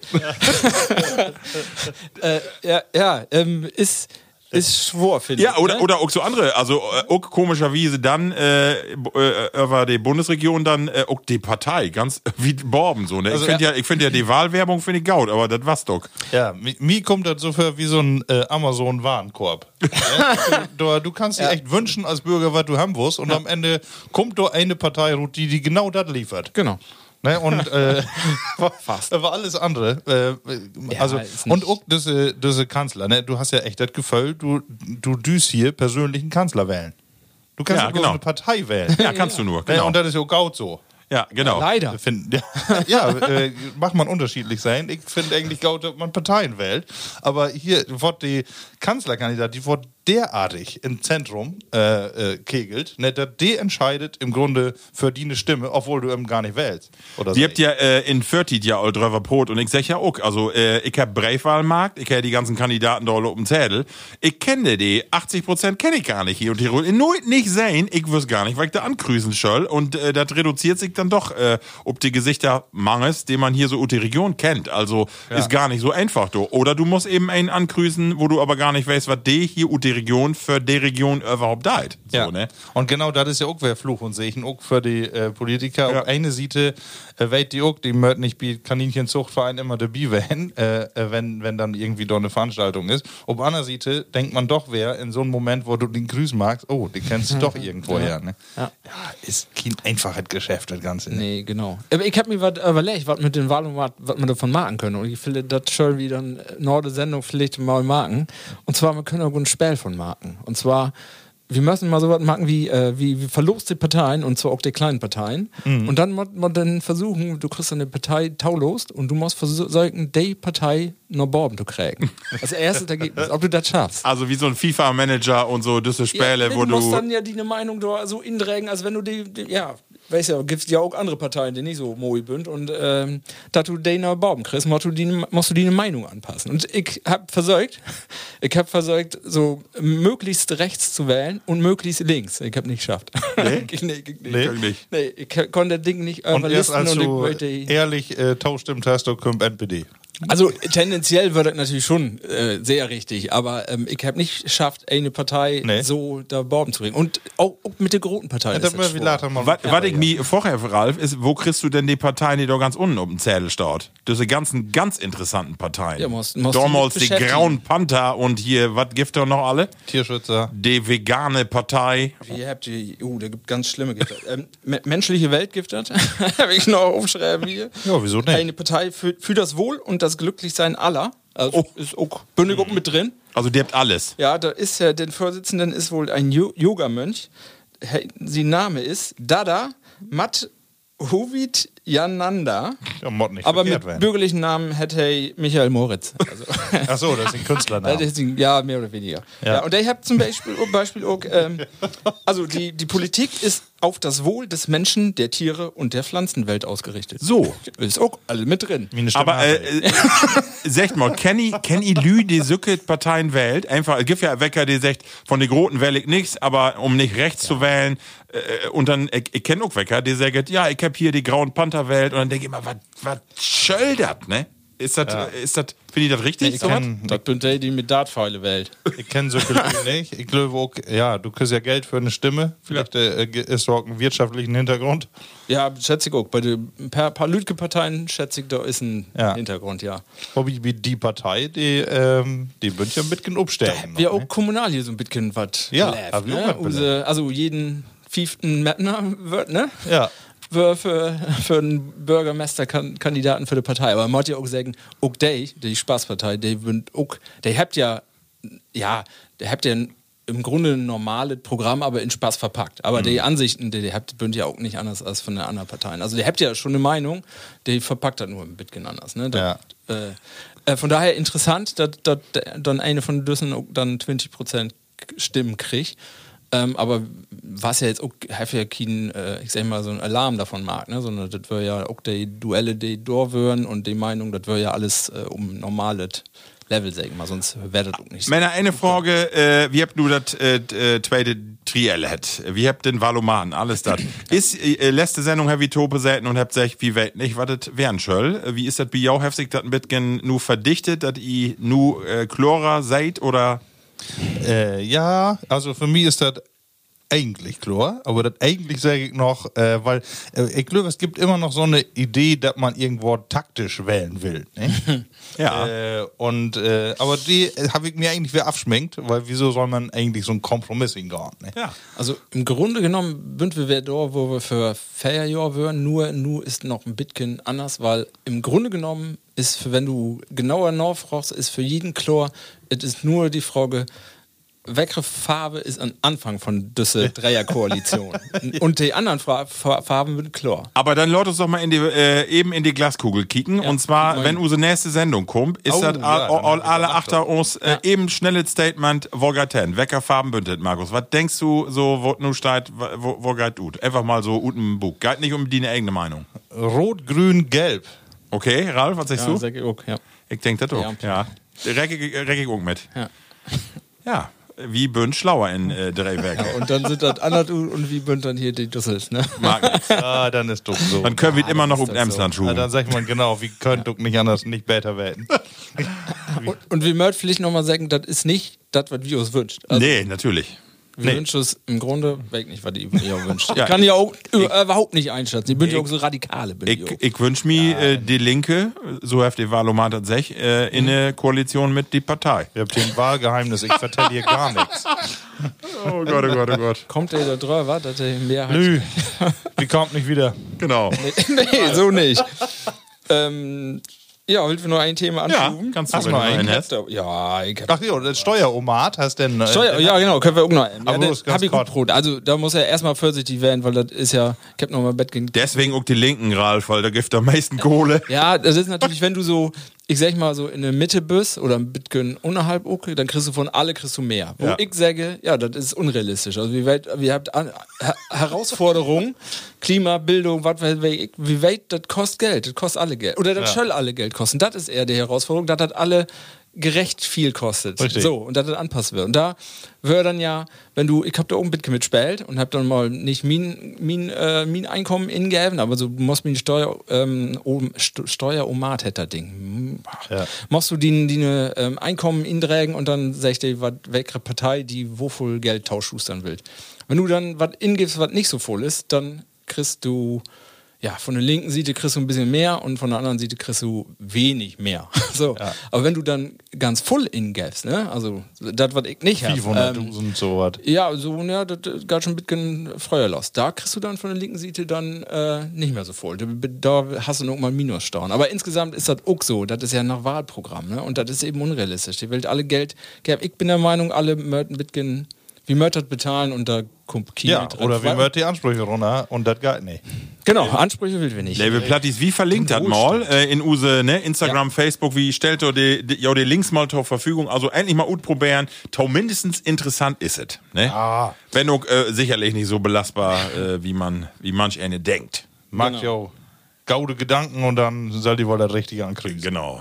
D: äh, ja, ja ähm, ist, ist schwor, finde ich.
B: Ja, oder,
D: ne?
B: oder auch so andere, also äh, auch komischerweise dann äh, b- äh, über die Bundesregierung dann äh, auch die Partei, ganz wie Borben so, ne?
C: Also,
B: ich finde ja, ich finde ja die Wahlwerbung finde ich gaut, aber das war's doch.
C: Ja, mi- mir kommt das so für wie so ein äh, Amazon-Warenkorb. Ja, du, du, du kannst dir
D: Ja.
C: echt wünschen als Bürger, was du haben willst, und am Ende kommt da eine Partei, die, die genau das liefert.
D: Genau.
C: Ne, und äh, war,
D: Fast.
C: war alles andere. Äh,
D: Ja,
C: also,
D: ist nicht-
C: und auch diese, diese Kanzler, ne? Du hast ja echt das Gefühl, du, du düst hier persönlichen Kanzler wählen. Du kannst
B: Ja,
C: auch
B: genau.
C: eine Partei wählen.
B: Ja, kannst du nur,
C: Ne,
B: genau.
C: und das ist ja auch gaut so.
B: Ja, genau.
D: Leider.
C: Find, ja, ja äh, mag man unterschiedlich sein. Ich finde eigentlich gaut, dass man Parteien wählt. Aber hier wird die Kanzlerkandidat, die wird derartig im Zentrum äh, äh, kegelt, ne, dass die entscheidet im Grunde für die eine Stimme, obwohl du eben gar nicht wählst. Oder
B: Die
C: so.
B: habt ja äh, in vierzig ja all drüber Brot und ich sag ja auch, also äh, ich hab Breitwahlmarkt, ich kenne die ganzen Kandidaten da alle auf dem Zettel, ich kenne die, achtzig Prozent kenne ich gar nicht hier und Tirol, nur nicht sehen, ich wüsste gar nicht, weil ich da angrüßen soll und äh, das reduziert sich dann doch äh, ob die Gesichter mangels, den man hier so aus der Region kennt, also ist gar nicht so einfach do. Oder du musst eben einen angrüßen, wo du aber gar nicht weißt, was die hier aus der Region für die Region überhaupt da ist. So,
C: Ja.
B: ne?
C: Und genau das ist ja auch wer Fluch und Segen, auch für die äh, Politiker.
B: Ja.
C: Auf eine Seite äh, weht die auch, die möchten nicht bei Kaninchenzuchtverein immer dabei werden, äh, äh, wenn, wenn dann irgendwie da eine Veranstaltung ist. Auf der anderen Seite denkt man doch, wer in so einem Moment, wo du den grüßen magst, oh, die kennst du doch irgendwo her. Ne?
D: Ja.
C: Ja, ist kein einfaches Geschäft, das Ganze. Ne?
D: Nee, genau. Aber ich habe mir was überlegt, was mit den Wahlen, was was man davon machen können. Und ich finde, das schon wieder eine neue Sendung vielleicht mal machen. Und zwar, wir können auch ein Spiel von machen. Und zwar, wir müssen mal so was machen wie, äh, wie, wie verloste Parteien, und zwar auch die kleinen Parteien. Und dann muss man dann versuchen, du kriegst eine Partei taulost und du musst versuchen, die Partei noch Borben zu kriegen. Als erstes Ergebnis, ob du das schaffst.
B: Also wie so ein FIFA-Manager und so, diese Spiele,
D: ja,
B: wo
D: du
B: du...
D: musst dann ja die eine Meinung da so indrängen, als wenn du die, die ja, weißt ja, gibt ja auch andere Parteien, die nicht so moi sind, und ähm, da du denen Baum kriegst, musst du, die, musst du die eine Meinung anpassen. Und ich hab versucht, ich hab versucht, so möglichst rechts zu wählen und möglichst links. Ich hab nicht geschafft.
B: Nee?
D: ich, nee, ich,
C: Nee?
B: Ich nicht.
D: nee, ich konnte das Ding nicht
C: Und erst
D: überlisten
C: als
D: und ich
C: du
D: wollte...
C: ehrlich äh, taustimmt hast, du kommt N P D.
D: Also tendenziell wird das natürlich schon äh, sehr richtig, aber ähm, ich habe nicht geschafft, eine Partei
C: Nee.
D: so da Borben zu bringen. Und auch, auch mit der großen Partei.
C: Ja,
D: ist
C: das
D: das
C: müssen wir
D: schwer.
C: later mal.
B: Was, was ich mir vorher, Ralf, ist, wo kriegst du denn die Parteien, die da ganz unten auf dem Zettel steht? Diese ganzen ganz interessanten Parteien.
D: Ja, musst- musst
B: Damals
D: die
B: die
D: beschäftigen.
B: Grauen Panther und hier, was gibt da noch alle?
C: Tierschützer.
B: Die vegane Partei.
D: Wie habt ihr, oh, da gibt ganz schlimme Gifte. ähm, me- menschliche Weltgifte, habe ich noch aufschreiben hier.
C: Ja, wieso nicht?
D: Eine Partei für, für das Wohl und das Glücklichsein aller. Also ist auch bündig auch mit drin.
B: Also die habt alles.
D: Ja, da ist ja, den Vorsitzenden ist wohl ein Jo- Yogamönch. He- Sein Name ist Dada Mat Hovid Yananda.
C: Ja, Mod nicht
D: Aber
C: verkehrt
D: mit
C: werden.
D: bürgerlichen Namen hätte er Michael Moritz. Also,
C: Ach so, das ist ein Künstlername.
D: das ist ein- ja, mehr oder weniger. Ja.
C: Ja.
D: und ich habe zum Beispiel, Beispiel auch, ähm, also die, die Politik ist auf das Wohl des Menschen, der Tiere und der Pflanzenwelt ausgerichtet.
B: So.
D: Ist auch alle mit drin.
C: Meine Stimme
B: Aber äh,
C: hatte ich.
B: äh, sagt mal, kenny kenny Lü die Sücke Parteien wählt? Einfach, es gibt ja Wecker, die sagt, von den Groten wähle ich nichts, aber um nicht rechts zu wählen, äh, und dann, ich, ich kenne auch Wecker, die sagt, ja, ich hab hier die Grauen Panther wählt, und dann denke ich immer, was, was schöll dat, ne? Ist das, ist das, finde ich das richtig?
C: Ich
B: so was?
C: kenn-
D: Das sind die, die mit Dartpfeile wählt.
C: Ich kenne so viel nicht. Ich glaube auch, ja, du kriegst ja Geld für eine Stimme. Vielleicht äh, ist auch einen wirtschaftlichen Hintergrund.
D: Ja, schätze ich auch. Bei den paar, paar Lütke-Parteien schätze ich, da ist ein
C: Ja.
D: Hintergrund, ja.
C: Hobby wie die Partei, die, ähm, die München mitgen umstellen.
D: Wir auch kommunal hier so ein bisschen was
C: Ja,
D: läuft,
C: hab ich auch
D: ne?
C: was
D: Use, also jeden fünften Mettner wird, ne?
C: Ja.
D: Für, für, für einen Bürgermeisterkandidaten für die Partei. Aber man muss ja auch sagen, auch die, die Spaßpartei, die, auch, die habt ja, ja, die habt ja im Grunde ein normales Programm, aber in Spaß verpackt. Aber mhm. die Ansichten, die, die habt, sind ja auch nicht anders als von den anderen Parteien. Also die habt ja schon eine Meinung, die verpackt das nur ein bisschen anders. Ne? Das,
C: ja.
D: äh, äh, von daher interessant, dass, dass dann eine von Düssen dann zwanzig Prozent Stimmen kriegt. Ähm, aber was ja jetzt auch ja kein, äh, ich sag mal, so ein Alarm davon mag, ne? Sondern das wäre ja auch die Duelle, die da wären und die Meinung, das wäre ja alles äh, um normales Level, sag ich mal, sonst wäre das auch nicht so.
B: Männer, eine Frage, äh, wie habt du das äh, zweite Triell hat? Wie habt den Valoman, alles das? Ist, äh, letzte Sendung hab ich Tope säten und habt gesagt, wie weit nicht, was das wären soll? Wie ist das bei jou? Habt sich das ein bisschen nur verdichtet, dass ihr nur äh, Chlora seid oder?
C: Äh, ja, also für mich ist das eigentlich klar, aber das eigentlich sage ich noch, äh, weil äh, ich glaube, es gibt immer noch so eine Idee, dass man irgendwo taktisch wählen will. Ne?
B: Ja.
C: Äh, und, äh, aber die äh, habe ich mir eigentlich wieder abschminkt, weil wieso soll man eigentlich so einen Kompromiss hingehen? Ne?
B: Ja.
D: Also im Grunde genommen sind wir da, wo wir für Fairjahr wären, nur, nur ist noch ein bisschen anders, weil im Grunde genommen ist, für, wenn du genauer nachfragst, ist für jeden klar, es ist nur die Frage, welche Farbe ist am Anfang von dieser Dreierkoalition? Und die anderen Fra Fa Farben sind klar.
B: Aber dann lass uns doch mal in die, äh, eben in die Glaskugel kicken.
D: Ja.
B: Und zwar,
D: Nein.
B: wenn unsere nächste Sendung kommt, ist
C: Oh,
B: das
C: ja,
B: all,
C: dann
B: all,
C: ist
B: alle
C: das
B: Achter uns äh,
D: Ja.
B: eben schnelles Statement, wo geht denn? Welcher Farben bündelt, Markus? Was denkst du so, wo nu steht, wo, wo geht ut? Einfach mal so ut im Buch. Geht nicht um deine eigene Meinung.
C: Rot, Grün, Gelb.
B: Okay, Ralf, was sagst
D: Ja,
B: du?
D: sag ich auch, ja.
B: Ich denk das auch, ja. Reckig, reckig auch mit.
D: Ja.
B: Ja, wie bünd schlauer in äh, drei Werke.
D: Und dann sind das andere und wie bünd dann hier die Düssels, ne?
B: Mag nicht.
C: Ah, dann ist doch so.
B: Dann können wir
D: Ja,
B: immer noch
D: dann
B: um
D: ist das
B: Emsland
C: Ja,
B: schuhen.
C: dann sagt man genau, wie könnt du nicht anders, nicht besser werden.
D: Und, und wir möchten vielleicht nochmal sagen, das ist nicht das, was wir uns wünscht. Also,
B: Nee, natürlich.
D: wir
B: nee.
D: wünschen es im Grunde, weiß nicht, was ihr ihr wünscht.
B: Ja.
D: Ich kann ja auch äh, überhaupt nicht einschätzen. Ich bin ja auch so radikale. Bin
B: Ich,
D: ich auch.
B: ich wünsche mir äh, die Linke, so hat die Wahlomat tatsächlich, äh, in eine Koalition mit die Partei.
C: Ihr habt hier ein Wahlgeheimnis, ich vertelle hier gar nichts.
B: Oh Gott, oh Gott, oh Gott.
D: Kommt der da drüber, dass der Mehrheit...
C: Lü, die kommt nicht wieder.
B: Genau.
D: nee, so nicht. ähm, ja, willst du nur ein Thema
B: Ja,
D: anschuben?
B: kannst du,
C: Hast
B: wenn
C: du
B: du
C: noch
B: einen
C: einen?
B: hast.
D: Ja, ich hab
C: Ach ja, das Steueromat hast denn. Äh,
D: Steuer, ja, genau, können wir auch noch. Ja,
C: Aber
D: das
C: bloß ganz
D: hab ich gut
C: kurz.
D: Brot. Also, da muss er erstmal vorsichtig werden, weil das ist ja, ich hab noch mal Bett gegen.
B: Deswegen auch die Linken, Ralf, weil da gibt am meisten Kohle.
D: Ja, das ist natürlich, wenn du so, ich sag mal so in der Mitte bist oder ein bisschen unterhalb, okay, dann kriegst du von alle kriegst du mehr. Wo
B: Ja.
D: ich sage, ja, das ist unrealistisch. Also, wie weit, wir habt an, Her Herausforderungen, Klima, Bildung, was weiß ich, wie weit, das kostet Geld, das kostet alle Geld. Oder das
C: Ja.
D: soll alle Geld kosten. Das ist eher die Herausforderung, dass das alle gerecht viel kostet.
C: Richtig.
D: So, und dass das anpasst wird. Und da wäre dann ja, wenn du, ich hab da oben ein bisschen mitgespielt und hab dann mal nicht mein, mein, äh, mein Einkommen ingegeben, aber so musst mir die Steuer, ähm, oben, St Steueromat hätte das Ding. Hm,
C: Ja.
D: Musst du die, die ne, ähm, Einkommen indrägen und dann sag ich dir, was welche Partei die wo voll Geld tauschschustern will. Wenn du dann was ingibst, was nicht so voll ist, dann kriegst du, ja, von der linken Seite kriegst du ein bisschen mehr und von der anderen Seite kriegst du wenig mehr. So.
C: Ja.
D: Aber wenn du dann ganz voll ingibst, ne, also das, was ich nicht habe, ähm,
C: fünfhunderttausend sowas.
D: ja, so, ja, das das geht schon ein bisschen Freuer los. Da kriegst du dann von der linken Seite dann äh, nicht mehr so voll. Da, da hast du noch mal Minussteuern. Aber insgesamt ist das auch so. Das ist ja nach Wahlprogramm, ne? Und das ist eben unrealistisch. Die will alle Geld geben. Ich bin der Meinung, alle möchten mitgehen, wie möchten bezahlen und da kommt China
C: Ja,
D: dran.
C: oder wir
D: Weil-
C: möchten die Ansprüche runter und das geht nicht.
D: Genau, Ansprüche will wir nicht.
B: Label Plattis, wie verlinkt hat mal äh, in use ne, Instagram, Facebook, wie stellt ihr die, die, ja, die Links mal zur Verfügung? Also endlich mal gut probieren. Tau mindestens interessant ist es. Ne?
C: Ja.
B: Wenn auch äh, sicherlich nicht so belastbar, äh, wie man, wie manch eine denkt.
C: Mag ja gaude Gedanken und dann soll die wohl das Richtige ankriegen.
B: Genau.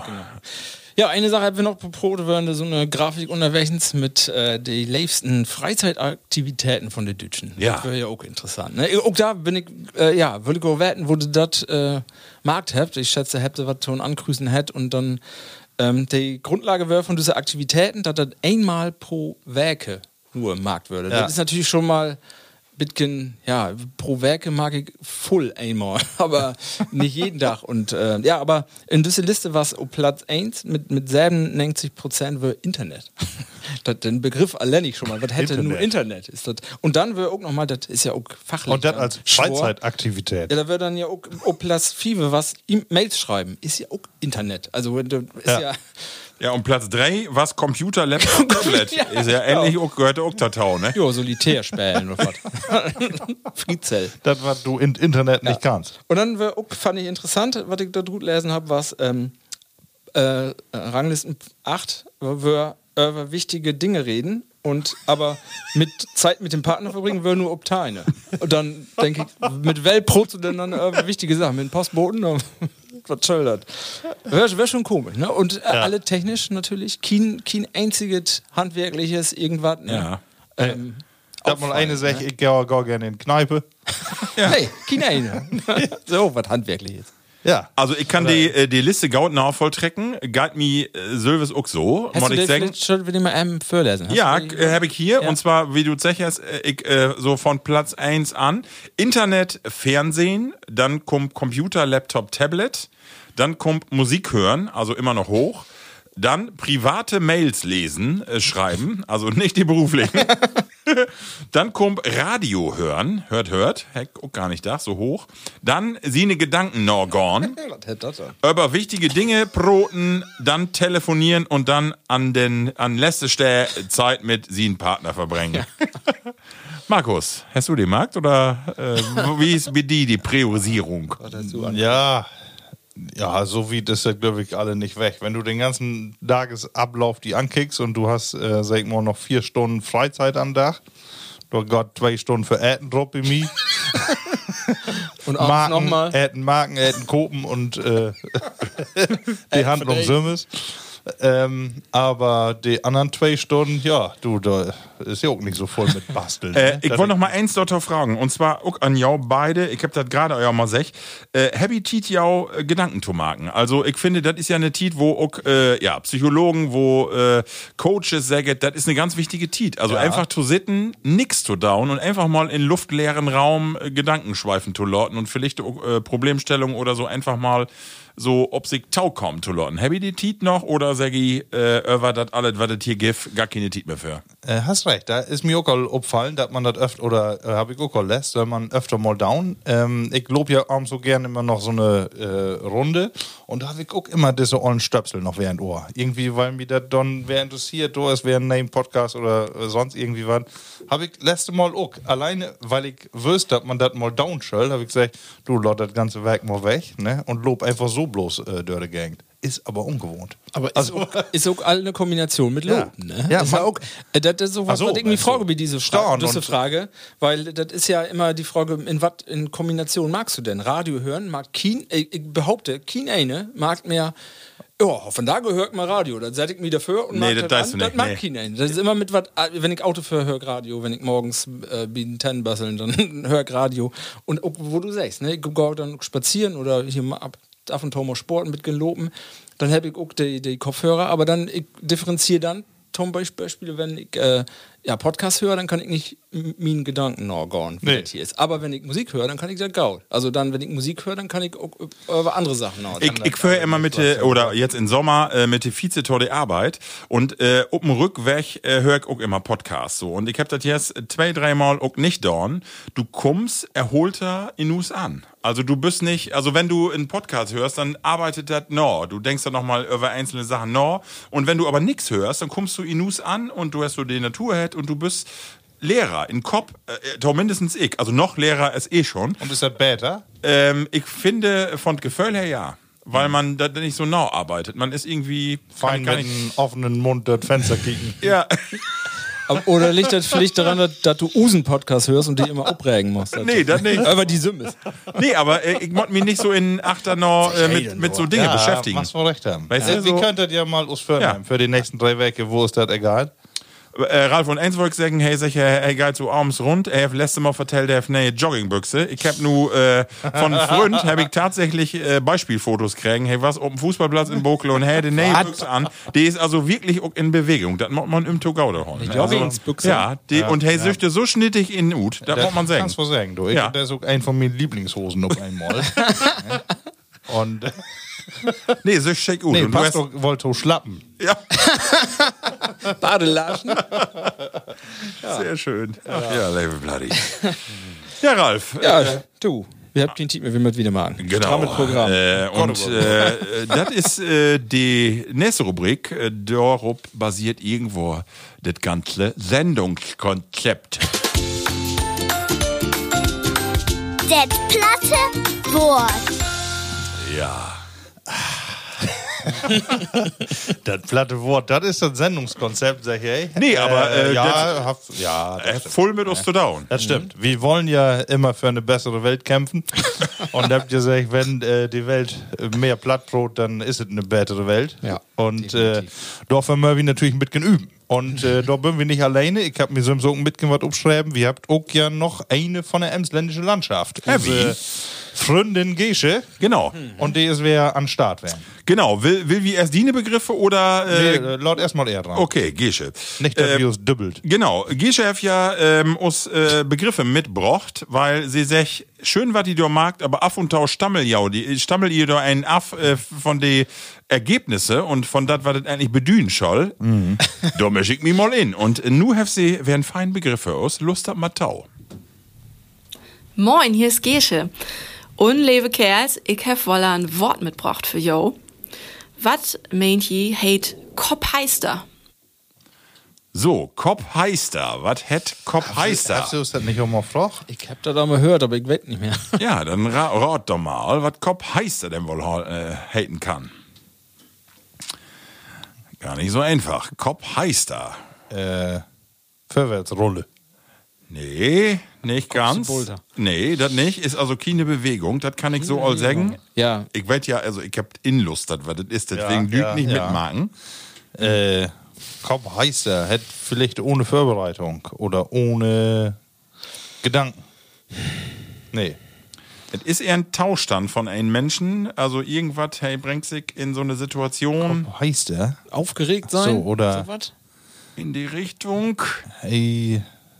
D: Ja, eine Sache haben wir noch probiert, während so eine Grafik unterwegs mit äh, die liebsten Freizeitaktivitäten von den Deutschen.
B: Ja.
D: Das wäre ja auch interessant. Ne? Auch da bin ich, äh, ja, würde ich auch wetten, wo du das äh, Markt habt. Ich schätze, habt ihr was schon angrüßen hätt und dann ähm, die Grundlage wäre von diesen Aktivitäten, dass das einmal pro Werke nur im Markt würde.
C: Ja.
D: Das ist natürlich schon mal Bitcoin, ja, pro Werke mag ich voll einmal, aber nicht jeden Tag. Und äh, ja, aber in dieser Liste war es auf Platz eins mit, mit siebenundneunzig Prozent für Internet. Das, den Begriff allein ich schon mal, was hätte
C: Internet.
D: nur Internet? Ist das, und dann wäre auch nochmal, das ist ja auch fachlich.
C: Und das
D: dann
C: als
D: schwor.
C: Freizeitaktivität.
D: Ja, da wäre dann ja auch auf Platz vier was E-Mails schreiben, ist ja auch Internet. Also das ist ja,
C: Ja.
B: Ja, und Platz drei, was Computer, Laptop, Tablet.
D: Ja,
B: ist ja
D: genau.
B: ähnlich, auch- gehört auch dazu, ne?
D: Jo, Solitär spielen oder was. Friezel.
C: Das, was du im Internet nicht kannst.
D: Und dann war auch, fand ich interessant, was ich da drüben gelesen habe, was ähm, äh, Ranglisten acht, wo wir über wichtige Dinge reden und aber mit Zeit mit dem Partner verbringen wir nur ob Teine. Und dann denke ich, mit Wellbrot du denn dann über wichtige Sachen, mit dem Postboten, was soll das? Wäre wär schon komisch, ne? Und äh, alle technisch natürlich, kein, kein einziges handwerkliches irgendwas, ne?
B: Ja.
D: Ähm,
C: Ich hab mal eine Sache, ich gehe gar gerne in die Kneipe.
D: Nee, kein eine. So, was handwerkliches.
C: Ja.
B: Also ich kann die, äh, die Liste gautnah volltrecken. Galt mir äh, Sylvis auch so,
D: Hast
B: muss
D: du
B: ich
D: das
B: sagen.
D: vielleicht schon wieder mal ähm, vorlesen? Hast
B: Ja,
D: du die-
B: äh, habe ich hier.
D: Ja.
B: Und zwar, wie du sagst, äh, ich, äh, so von Platz eins an. Internet, Fernsehen, dann kommt Computer, Laptop, Tablet, dann kommt Musik hören, also immer noch hoch. Dann private Mails lesen, äh, schreiben, also nicht die beruflichen. Dann kommt Radio hören, hört, hört, heck, auch gar nicht da, so hoch. Dann sine Gedanken noch gone.
D: Was hätt das denn?
B: Über wichtige Dinge broten, dann telefonieren und dann an den an letzte Stelle Zeit mit sie einen Partner verbringen. Markus, hast du den Markt oder äh, wie ist bei dir die Priorisierung?
C: Ja. Ja, so wie das ja, glaube ich, alle nicht weg. Wenn du den ganzen Tagesablauf die ankickst und du hast, äh, sag ich mal, noch vier Stunden Freizeit am Tag, du hast zwei Stunden für Äten drauf bei mir.
D: Und abends
C: Marken,
D: nochmal.
C: Äten, Marken, Äten, Kopen und äh, die Handlung Sümmes. Ähm, aber die anderen zwei Stunden, ja, du, da ist ja auch nicht so voll mit Basteln.
B: Äh,
C: ne?
B: ich
C: Das-
B: wollte noch mal eins dort fragen, und zwar auch an jou beide, ich hab das gerade euer mal sech, äh, Happy Tiet jou äh, Gedanken zu machen. Also ich finde, das ist ja eine Tiet, wo auch, äh, ja, Psychologen, wo äh, Coaches sagen, das ist eine ganz wichtige Tiet. Also einfach zu sitten, nix zu down und einfach mal in luftleeren Raum äh, Gedanken schweifen zu lorten und vielleicht auch, äh, Problemstellungen oder so einfach mal so, ob sich Tau kommt zu lorten. Happy die Tiet noch oder sag ich, äh, über das alles, was das hier gibt, gar keine Tiet mehr für?
C: Äh, hast recht, da ist mir auch aufgefallen, dass man das öfter, oder äh, habe ich auch lässt, wenn man öfter mal down. Ähm, ich lob ja abends so gerne immer noch so eine äh, Runde und da habe ich auch immer diese ollen Stöpsel noch während Ohr. Irgendwie, weil mich das dann wer interessiert, da ist wer ein Name-Podcast oder äh, sonst irgendwie was. Habe ich letzte Mal auch, alleine, weil ich wüsste, dass man das mal down soll, habe ich gesagt, du, lass das ganze Werk mal weg, ne, und lob einfach so bloß äh, durch die Gegend. Ist aber ungewohnt.
D: Aber ist, auch, ist auch alle eine Kombination mit
C: Ja.
D: Loben, ne?
C: Ja,
D: das ist ja
C: man-
D: auch, äh, das ist so was,
C: Ach so,
D: was ich mich
C: meinst du?
D: frage, wie diese, Fra
C: Staunen
D: diese
C: und-
D: Frage, weil das ist ja immer die Frage, in was in Kombination magst du denn? Radio hören mag kein, äh, ich behaupte, kein eine mag mehr, ja, von da gehört mal Radio, dann setze ich mich dafür und
B: Nee,
D: mag
B: das weißt
D: an,
B: du
D: das
B: nicht,
D: mag
B: nee.
D: kein eine. Das ist immer mit was, wenn ich Auto für höre Radio, wenn ich morgens äh, bin ten basseln, dann höre ich Radio. Und auch, wo du sagst, ne, ich gehe dann spazieren oder hier mal ab, ab und zu mal Sport mit geloben, dann habe ich auch die, die Kopfhörer, aber dann ich differenziere dann zum Beispiel, wenn ich äh, ja, Podcast höre, dann kann ich nicht m- meinen Gedanken nachgehen, wie
C: Nee.
D: das hier ist. Aber wenn ich Musik höre, dann kann ich das gaul. Also dann, wenn ich Musik höre, dann kann ich auch über andere Sachen nachdenken.
B: Ich, ich fahre immer mit der, oder jetzt im Sommer äh, mit der Vize zur der Arbeit und äh, auf dem Rückweg äh, höre ich auch immer Podcasts so. Und ich hab das jetzt zwei, dreimal auch nicht dorn. Du kommst erholter in uns an. Also du bist nicht, also wenn du einen Podcast hörst, dann arbeitet das no. Du denkst dann nochmal über einzelne Sachen no. Und wenn du aber nichts hörst, dann kommst du in uns an und du hast so die Naturheit und du bist Lehrer in Kopf, äh, mindestens ich, also noch Lehrer als eh schon.
C: Und ist das besser?
B: Ähm, ich finde von Gefühl her ja. Weil man da nicht so nah arbeitet. Man ist irgendwie
C: Fein
B: kann
C: mit
B: ich-
C: einem offenen Mund das Fenster kicken.
B: Ja,
D: Aber, oder liegt das vielleicht daran, dass, dass du Usen-Podcast hörst und dich immer abregen musst?
B: nee, das nicht.
D: Aber die Summe ist.
B: Nee, aber äh, ich wollte mich nicht so in Achter noch äh, mit, mit so Dingen beschäftigen.
C: Machst du recht haben.
B: Weißt
C: ja,
B: du,
C: wir
B: so-
C: könntet ja mal aus Förnheim
B: Ja.
C: für die nächsten drei Wochen, wo ist das egal?
B: Äh, Ralf und eins wollte ich sagen, hey, sag, er hey, geht so abends rund. Er hat letztes Mal vertellt, er hat eine Joggingbüchse. Ich hab nur äh, von Freund habe ich tatsächlich äh, Beispielfotos kriegen. Hey, was auf dem Fußballplatz in Bokel und hey, die neue Büchse an. Die ist also wirklich auch in Bewegung. Das muss man im Togaude holen.
D: Die Joggingsbüchse?
B: Ja, die, und hey, süchte so schnittig in Ut. Das muss man sagen.
C: Kannst du sagen, du. Ich,
B: Ja.
C: Das ist auch ein von meinen Lieblingshosen auf einmal. Und
B: Nee, so schick gut.
C: nee,
B: und du
C: passt
B: hast,
C: doch, wollte auch schlappen.
B: ja,
D: Badelaschen.
B: sehr schön. Ach ja, Level Bloody. Ja, Ralf.
D: Ja,
B: äh,
D: du. Wir haben den Titel, wir mit wieder machen.
B: Genau.
D: Mit Programm.
B: Äh, und äh, das ist äh, die nächste Rubrik. Äh, Darauf basiert irgendwo das ganze Sendungskonzept.
A: Das platte Wort.
B: Ja.
C: Das platte Wort, das ist das Sendungskonzept, sag ich, ey.
B: Nee, aber, äh,
C: ja, hab, ja, das
B: Äh,
C: stimmt.
B: voll mit uns zu down.
C: Das stimmt. Wir wollen ja immer für eine bessere Welt kämpfen. Und habt ihr gesagt, wenn äh, die Welt mehr Plattbrot, dann ist es eine bessere Welt.
D: Ja,
C: Und äh,
D: definitiv.
C: dafür müssen wir natürlich mitgen üben. Und äh, da bin wir nicht alleine. Ich hab mir so so mitgen was aufschreiben. Wir habt auch ja noch eine von der emsländischen Landschaft.
B: Ja, wie?
C: Unsere Freundin Gesche.
B: Genau.
C: Und die ist wer an Start werden.
B: Genau. Will, will wie erst die Begriffe oder.
C: Nee,
B: Äh,
C: äh, laut erstmal er dran.
B: okay, Gesche.
C: Nicht, dass
B: Äh,
C: wir uns dübbelt.
B: Genau, Gesche hat ja ähm, uns äh, Begriffe mitbrocht, weil sie sich schön was die da mag, aber af und tau stammel ja, die stammel ihr da einen af äh, von de Ergebnisse und von dat, was das eigentlich bedühen soll. Mhm. Da möchte ich mich mal in. Und äh, nu have sie werden fein Begriffe aus, Lust hat Matau.
F: Moin, hier ist Gesche. Und liebe Kerls, ich hab wohl ein Wort mitgebracht für jo. Was meint ihr, heit Koppheister?
B: So, Kopf heißt da. Was hätt Kopf heißt da?
C: Hast du uns das nicht auch mal gefragt?
D: Ich hab das auch mal gehört, aber ich weiß nicht mehr.
B: Ja, dann ra rat doch mal, was Kopf heißt da denn wohl äh, haten kann. Gar nicht so einfach. Kopf heißt da.
C: Äh, Vorwärtsrolle.
B: Nee, nicht ganz.
D: Boulder.
B: Nee, das nicht. Ist also keine Bewegung. Das kann ich so all sagen.
D: Ja.
B: Ich weiß ja, also ich hab Inlust, das was das ist. Deswegen
C: Ja,
B: lügt
C: ja,
B: nicht
C: ja.
B: mitmachen.
C: Äh, Kopf heißt er, hätte vielleicht ohne Vorbereitung oder ohne Gedanken. Nee.
B: Es ist eher ein Tauschstand von einem Menschen. Also irgendwas, hey, bringt sich in so eine Situation
C: Kopf heißt er,
D: Aufgeregt sein?
C: So, oder-
D: So was?
B: in die Richtung.
C: hey,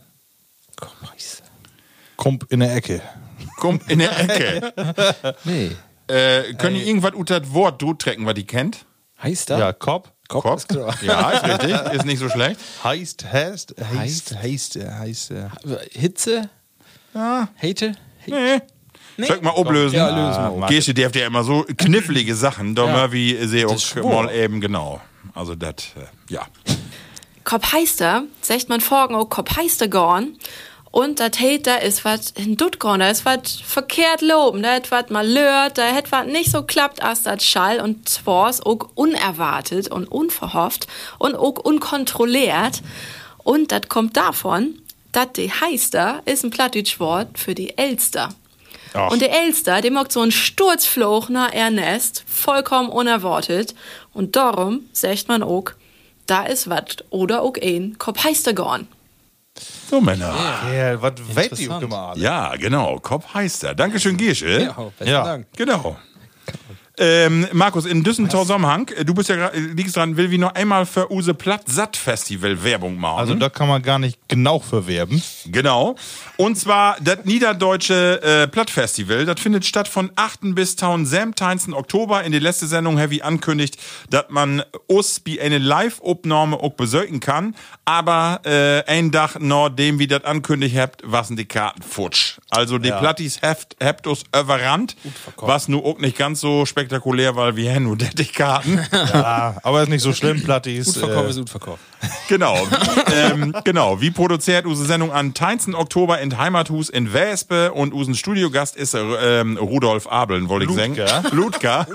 C: kommt in der Ecke.
B: Kommt in der Ecke.
D: Nee.
B: äh, können ihr irgendwas unter das Wort drücken, was die kennt?
D: Heißt das?
C: Ja, Kopf.
D: Kopf ist klar.
B: Ja, ist richtig. Ist nicht so schlecht.
C: Heißt, heißt, heißt,
D: Heißt.
C: heißt, er, heißt er.
D: Hitze?
B: Ja.
D: Hate?
B: Nee. Soll ich mal ablösen?
D: Ja, lösen wir auf.
B: Gesche, der hat ja immer so knifflige Sachen. Da
D: Ja.
B: mal wie sie auch
D: schwor.
B: mal eben genau. Also das, äh, ja.
F: Koppheister, sagt man vorgen auch Koppheister gorn. Und dat heit, da ist wat in Duttgorn, da ist wat verkehrt loben, da hat wat mal lört, da hat wat nicht so klappt als dat Schall und zwar auch unerwartet und unverhofft und auch unkontrolliert. Und dat kommt davon, dat de Heister ist ein Plattdeutsch Wort für die Elster.
C: Ach.
F: Und der Elster, der macht so einen Sturzfluch nach Ernest, vollkommen unerwartet. Und darum sagt man auch, da ist wat oder auch ein Koppheister gorn.
B: So, Männer.
C: Ja, was weiß die
D: Interessant.
C: immer alle?
B: Ja, genau. Kopf heißt er. Dankeschön, Gesche.
D: Ja, besten
C: Ja.
D: Dank.
B: Genau. Ähm, Markus, in diesem Zusammenhang, äh, du bist ja gra- äh, liegst dran, will wie noch einmal für Use Platt-Satt-Festival Werbung machen.
C: Also da kann man gar nicht genau verwerben.
B: Genau. Und zwar das Niederdeutsche äh, Plattfestival. Das findet statt von achten bis siebzehnten Oktober. In die letzte Sendung Heavy ankündigt, dass man uns bei eine Live-Aufnahme auch besöken kann. Aber äh, ein Tag nachdem wir das ankündigt habt, waren die Karten futsch. Also die
C: Ja.
B: Plattis habt, habt uns überrannt. Was nur auch nicht ganz so spektakulär, weil wir haben nur die Karten.
C: Ja, aber ist nicht so schlimm, Plattis.
D: Gut verkauft
C: Äh,
D: ist gut verkauft.
B: Genau. Wie, ähm, genau. Wie produziert unsere Sendung am neunzehnten Oktober in Heimathus in Wespe und unseren Studiogast ist äh, ähm, Rudolf Abeln, wollte ich sagen.
C: Ludger.
B: Ludger.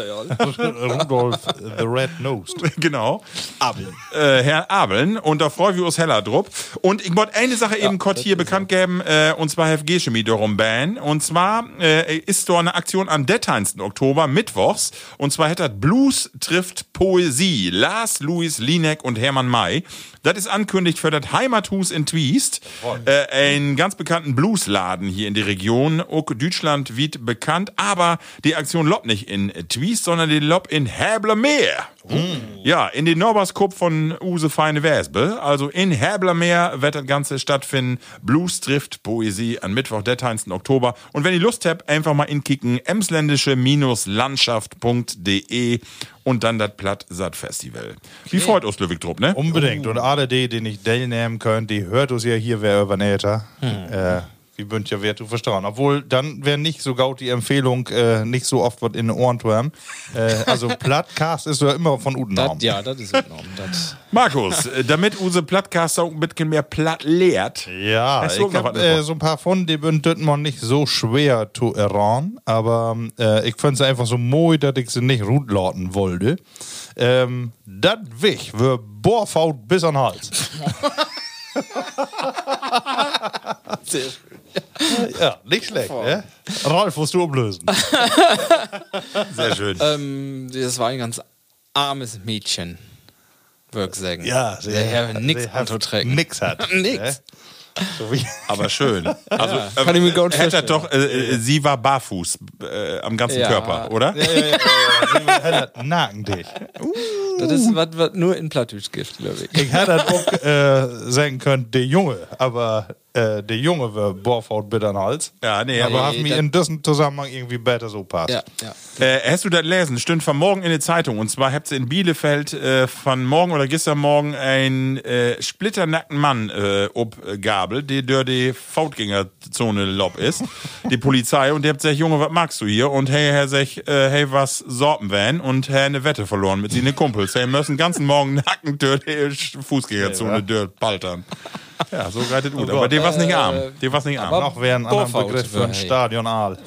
C: Rudolf the Red-Nosed.
B: Genau. Abeln. Äh, Herr Abeln. Und da freuen wir uns heller drauf. Und ich wollte eine Sache eben kurz hier bekannt geben, äh, und zwar Hef Geschemi darum ban. Und zwar äh, ist da eine Aktion am neunzehnten Oktober, mittwochs. Und zwar hätte das Blues trifft Poesie. Lars, Louis, Linek und Hermann May. Das ist ankündigt für das Heimathus in Twiest. Äh, einen ganz bekannten Bluesladen hier in der Region. Auch Deutschland wird bekannt. Aber die Aktion lobt nicht in Twiest, sondern die lobt in Häblermeer. Ja, in den Norberskop von Use Feine Wespe. Also in Häblermeer wird das Ganze stattfinden. Blues trifft Poesie an Mittwoch, der neunzehnten Oktober. Und wenn ihr Lust habt, einfach mal inkicken. emsländische-landschaft punkt de und dann das Platt-Satt-Festival. Wie freut uns Löwig Trupp, ne?
C: Unbedingt. Und alle die, die nicht teilnehmen können, die hört uns ja hier, wer übernäht. Äh, wie bünd ja wer zu verstauen. Obwohl, dann wäre nicht so gaut die Empfehlung, äh, nicht so oft was in den Ohren zu haben. Äh, also Plattcast ist ja immer von Udennamen.
D: Ja, das ist enorm. Das
B: Markus, äh, damit unsere Plattcaster auch ein bisschen mehr platt lehrt.
C: Ja,
B: Hast
C: ich
B: du noch
C: hab
B: was
C: äh,
B: davon?
C: so ein paar von, die sind man nicht so schwer zu erraten, aber äh, ich fand sie einfach so moi, dass ich sie nicht rutlauten wollte. Ähm, das Wich wir Bohrfaut bis an den Hals.
D: sehr schön.
C: Ja, nicht schlecht, ne? Ralf, musst du umlösen.
B: Sehr schön.
D: Ähm, das war ein ganz armes Mädchen, würde ich sagen.
C: Ja,
D: der hat nichts
C: sie hat
D: anzuträgen.
C: Nix hat.
D: Nix.
C: Ne? So wie
B: Aber schön. Also, äh,
D: kann ich mir gut
B: hätte er
D: vorstellen.
B: doch, äh, äh, sie war barfuß äh, am ganzen
D: Ja.
B: Körper, oder?
C: ja, ja, ja, ja, sie hat Nacken dich.
D: Das ist was, was nur in Plattdeutsch gibt, glaube ich.
C: Ich hätte das auch äh, sagen können, der Junge, aber äh, der Junge war Bohrfaut bis an den Hals.
B: Ja, nee,
C: aber
B: aber
C: hat mir
D: das-
C: in diesem Zusammenhang irgendwie besser so passt.
D: Ja, ja.
B: Äh, hast du das lesen? Stimmt von morgen in der Zeitung. Und zwar habt ihr in Bielefeld äh, von morgen oder gestern Morgen einen äh, splitternackten Mann äh, obgabelt, der durch die Fautgängerzone lob ist. Die Polizei. Und der hat gesagt, Junge, was magst du hier? Und hey, er sagt, äh, hey, was sorten wir? Und er eine Wette verloren mit seinen Kumpels. Hey, müssen den ganzen Morgen nacken durch die Fußgängerzone
C: Ja.
B: durch paltern. Ja, so reitet gut.
C: Gott.
B: Aber der war's nicht
D: Äh,
B: arm. Der war's nicht arm.
D: aber-
C: Noch wäre ein anderer
D: Bohrfaut
C: Begriff für
D: wär,
C: ein
D: hey.
C: Stadional.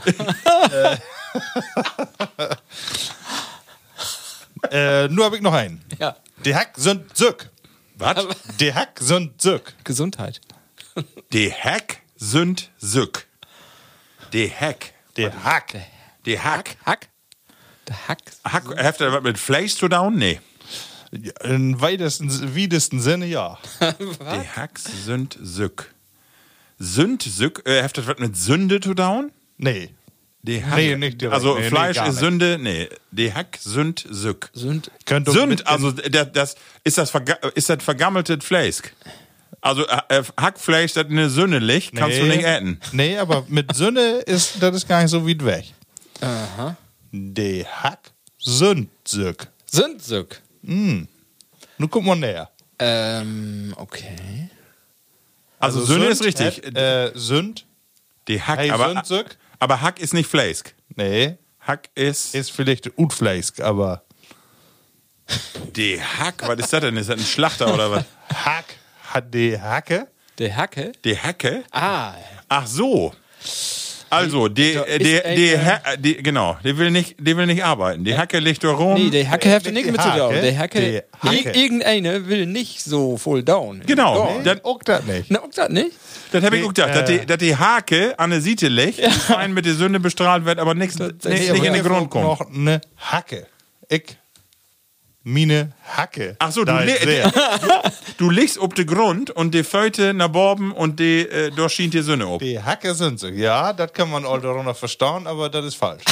C: äh, nur habe ich noch einen.
D: Ja.
C: Die Hack sind Zück.
B: Was?
C: Die Hack sind Zück.
D: Gesundheit.
B: Die Hack sind Sück. Die Hack.
C: Die Hack.
B: Die Hack.
D: Hack? Der Hack.
B: Hack, habt ihr was mit Fleisch zu down? Nee.
C: Im weitesten, wiedesten Sinne ja.
B: Die Hacks sind Sück. Sünd, Sück, äh, habt ihr was mit Sünde zu down?
C: Nee.
B: Die Hack.
C: Nee, nicht direkt.
B: Also
C: Nee, nee,
B: Fleisch
C: gar
B: ist
C: nicht.
B: Sünde? Nee. Die Hack sind Sück.
D: Sünd.
C: Könnt ihr
B: Sünd,
C: mit-
B: also das, das, ist, das verga ist das vergammeltes Fleisch. Also äh, Hackfleisch, das eine Sünde liegt, kannst du
C: Nee.
B: nicht essen.
C: Nee, aber mit Sünde ist das ist gar nicht so weit weg.
D: Aha.
C: Die Hack sind Zück.
D: Sündsück.
C: Nun guck mal näher.
D: Ähm, okay.
B: Also, Sünde ist
C: Sünd
B: richtig.
C: hat, Äh, Sünd?
B: Die Hack,
C: Hey,
B: aber,
C: Sünd, Sück?
B: aber Hack ist nicht Fleisch.
C: Nee.
B: Hack ist,
C: Ist vielleicht Utfleisch, aber
B: die Hack, was ist das denn? Ist das ein Schlachter oder was?
C: Hack hat die Hacke.
D: Der Hacke?
B: Die Hacke?
D: Ah.
B: Ach so. Also, die,
D: Da
B: äh,
D: ist
B: die,
D: ein,
B: die,
D: äh,
B: Ha- die, genau, die will nicht, die will nicht arbeiten. Die Hacke liegt da rum.
D: Nee, der Hacke hat
C: Äh,
D: nichts
C: die
D: mit zu tun.
C: Hacke,
D: Der Hacke,
C: die Hacke.
D: Ir- irgendeine will nicht so voll down.
B: Genau,
D: Down.
B: das,
C: Auch das nicht.
D: Na, auch das nicht?
B: das habe ich
C: Nee,
B: auch gedacht, dass,
C: äh,
B: die, dass die Hake an der Seite liegt, fein mit der Sünde bestrahlt wird, aber nichts, nicht,
D: nee,
B: nicht
D: aber
B: in den
C: Ich
B: Grund
C: hab
B: kommt.
C: noch eine Hacke. Ich, mine Hacke.
B: Ach so, du,
C: Da
B: le
C: ist sehr.
B: du liegst auf den Grund und die Föte nach Borben und die, äh, da schien die Sonne auf.
C: Die Hacke sind sie. Ja, das kann man all darunter verstauen, aber das ist falsch.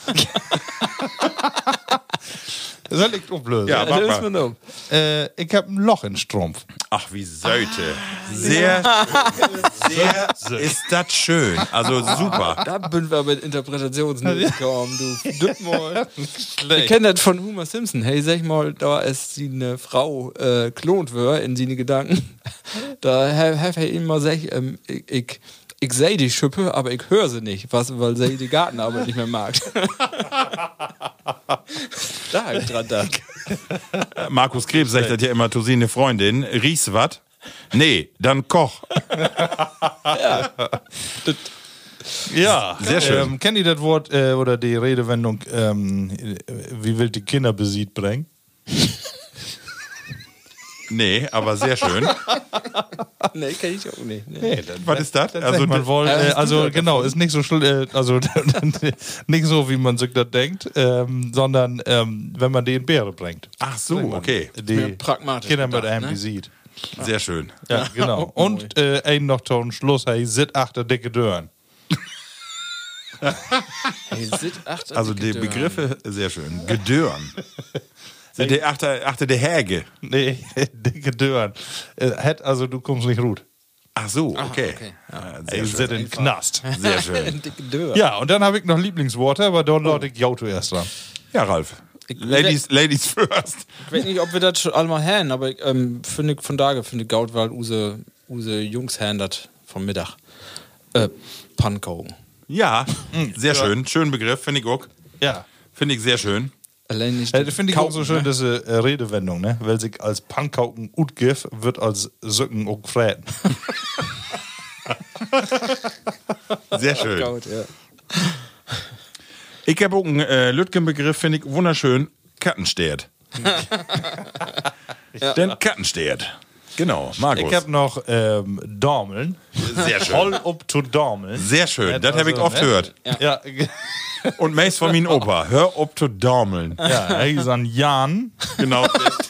C: Das soll ich auflösen.
B: Ja,
D: Da
B: mach
D: ist
B: mal.
D: man um.
C: Äh, ich hab ein Loch in Strumpf.
B: Ach, wie Söte. Sehr, sehr ist das schön. Also super.
D: Da bin wir mit Interpretationsnöten gekommen, du. Düppmal. Ich kenne das von Homer Simpson. Hey, sag mal, da ist sie eine Frau äh, klont wird in seine Gedanken. Da habe ich immer gesagt, ähm, ich, ich, ich sehe die Schippe, aber ich höre sie nicht, was, weil sie die Gartenarbeit nicht mehr mag. Da hab ich dran gedacht.
B: Markus Krebs sagt das ja immer zu seine Freundin. Riechst wat? Nee, dann koch.
C: Ja,
B: Sehr schön.
C: Ähm, kennt ihr das Wort äh, oder die Redewendung, ähm, wie will die Kinder besiegt bringen?
B: Nee, aber sehr schön.
D: Nee, kenn ich auch nicht. Nee.
B: Was ist das?
C: Also,
B: Also,
C: man wohl,
D: äh,
C: äh,
D: hast du
C: also
D: das
C: genau, ist nicht so schl äh, also nicht so, wie man sich das denkt, ähm, sondern ähm, wenn man die in Beere bringt.
B: ach so, okay.
C: Die
D: Mehr pragmatisch
C: Kinder mit
D: gedacht,
C: einem
D: ne?
C: besiegt.
B: Sehr schön.
C: Ja, genau. Und äh, ein noch zum Schluss, hey, sit achter dicke Dörren.
D: Hey, sit achter
B: Also
D: dicke
B: die
D: Dörren.
B: Begriffe, sehr schön. Gedörn. Sind die achter, achter der Häge.
C: Nee, dicke Dörren. Äh, het, also du kommst nicht gut.
B: Ach so, okay.
D: okay,
B: Ja,
C: Ey,
B: sehr
C: sit
B: schön.
C: in den Knast.
B: Sehr schön.
D: Dicke Dörren.
C: Ja, und dann habe ich noch Lieblingsworte, aber dort lautet ich Jauto erst dran.
B: Ja, Ralf. Ladies, Ladies first.
D: Ich weiß nicht, ob wir das schon einmal haben, aber ich ähm, finde von daher finde Gaut, weil use, use Jungs haben das vom Mittag. Äh, Pannkuchen.
B: Ja, sehr schön. Schönen Begriff, finde ich auch.
C: Ja.
B: Finde ich sehr schön.
D: Allein nicht.
C: Äh, das finde ich auch so
D: Kauken,
C: schön,
D: ne?
C: diese äh, Redewendung, ne? Weil sich als Pankauken gut gif, wird als Sücken auch fräten.
B: Sehr schön.
D: Gut, ja.
B: Ich habe auch einen äh, Lütgen-Begriff, finde ich wunderschön. Kattenstedt. Den Kattenstedt. Genau, Markus.
C: Ich habe noch ähm, Dormeln.
B: Sehr schön.
C: Voll up to Dormeln.
B: Sehr schön. Das habe ich
C: Also,
B: oft
C: ne?
B: gehört.
C: Ja,
B: Und meist von meinem Opa. Hör ob zu dormeln.
C: ja, er ist ein Jan.
B: Genau.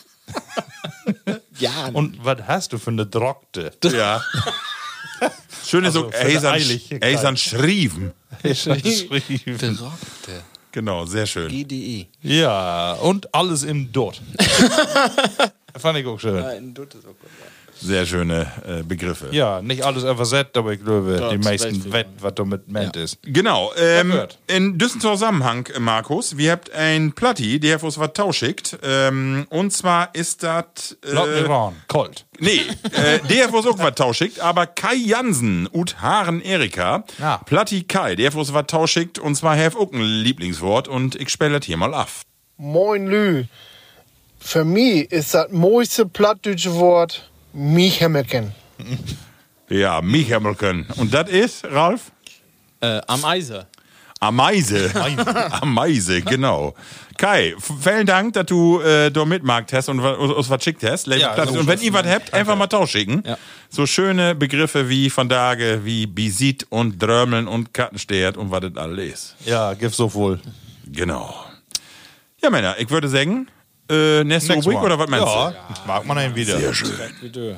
D: Ja.
C: Und was hast du für eine Drockte?
B: Ja. Schön ist
C: Also
B: auch,
C: für
B: er ist
C: eine
B: an,
C: Eiligkeit.
B: er ist an Schrieven.
C: Geschrieben.
D: Drockte.
B: Genau, sehr schön.
D: G D E.
C: Ja, und alles im Dort. Fand ich auch schön.
D: Nein, das ist auch gut.
B: Sehr schöne äh, Begriffe.
C: Ja, nicht alles übersetzt, aber ich glaube,
D: Ja,
C: die
D: das
C: meisten
D: weiß ich,
C: wett, was damit meint ist.
B: Genau. Ähm,
C: gehört.
B: in diesem Zusammenhang, äh, Markus, wir habt ein Platti, der hat uns was tauschickt. Ähm, und zwar ist das.
C: Laut
B: Äh,
C: Iran, Colt.
B: nee, äh, der hat uns auch was tauschickt, aber Kai Jansen und Haren Erika.
C: Ja.
B: Platti Kai, der hat uns was tauschickt. Und zwar hat auch ein Lieblingswort und ich spelle das hier mal ab.
G: Moin Lü. Für mich ist das mooiste plattdeutsche Wort Michemmelken.
B: Ja, Michamelken. Und das ist, Ralf?
D: Äh, am Eiser.
B: Ameise. Ameise, genau. Kai, f- vielen Dank, dass du äh, da mitmarkt hast und wa- uns was schickt hast.
C: Ja,
B: und
C: so
B: wenn ihr was habt, einfach mal tausschicken.
D: Ja.
B: So schöne Begriffe wie von Tage, wie Bisit und Drömeln und Kattenstedt und was das alles ist.
C: Ja, gib so wohl.
B: Genau. Ja, Männer, ich würde sagen, äh, nächste
C: Next
B: Rubrik
C: one.
B: oder was meinst
C: ja,
B: du?
C: mag man einen wieder.
B: Sehr schön.
D: Wie du.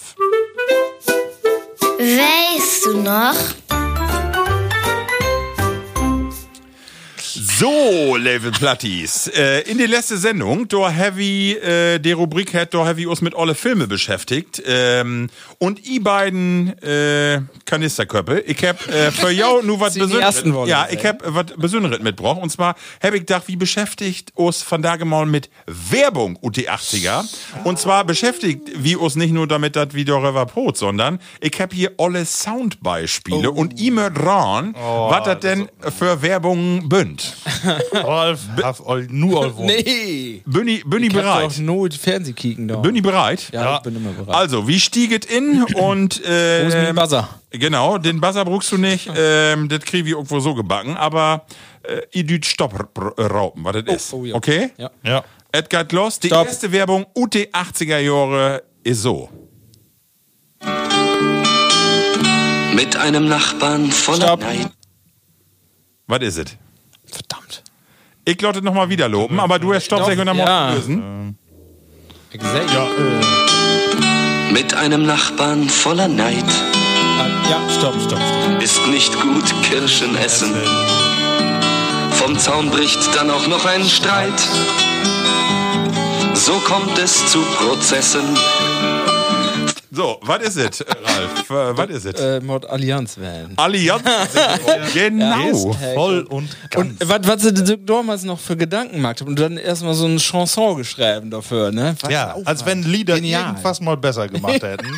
A: Weißt du noch?
B: So, Level Platties. Äh, in die letzte Sendung, da habe ich, äh, die Rubrik hat, da habe ich uns mit alle Filme beschäftigt. Ähm, und i beiden, äh, Kanisterköpfe. Ich hab, äh, für jou nur was
D: Sind die ersten Worte
B: Ja,
D: gesagt.
B: ich hab was Besonderes mitgebracht. Und zwar habe ich gedacht, wie beschäftigt uns von da mal mit Werbung U T achtziger. Und zwar beschäftigt wie uns nicht nur damit, dass wir darüber Brot, sondern ich hab hier alle Soundbeispiele und immer dran, was das denn für Werbung bünd.
C: Ralf, hab all, nur all Wort.
D: Nee.
B: Bin ich, bin ich
D: Ich hab
B: bereit?
D: doch nur Fernseh kicken da.
B: Bin ich bereit?
D: Ja, ich bin immer bereit.
B: Also, wie stieget in und äh,
D: Wo ist mein Buzzer?
B: genau, den Buzzer brauchst du nicht, ähm, das krieg ich irgendwo so gebacken, aber äh, ihr düt Stopp raupen, was das ist.
D: oh ja.
B: Okay?
D: Ja.
C: Ja.
B: Edgar Gloss, die
D: Stopp.
B: erste Werbung U T achtziger Jahre ist so.
H: Mit einem Nachbarn voller
D: Stopp.
H: Neid.
B: Was ist es?
D: Verdammt.
B: Ich lotte noch mal wieder loben, aber du hast Stopp,
D: Doch,
B: sag und dann
D: ja.
B: mal lösen.
D: Ich seh, ja.
H: Mit einem Nachbarn voller Neid.
D: ja, stopp, stopp, stopp.
H: Ist nicht gut Kirschen essen. Vom Zaun bricht dann auch noch ein Streit. So kommt es zu Prozessen.
B: So, was ist es, Ralf? Äh, Was ist es?
D: Äh, Mod Allianz wählen.
B: Allianz. Genau.
C: Voll und ganz.
D: Und was, was sie d- damals noch für Gedanken gemacht haben und dann erstmal so eine Chanson geschrieben dafür, ne? Was
C: ja,
D: auf,
C: als wenn Lieder
D: Genial.
C: irgendwas mal besser gemacht hätten.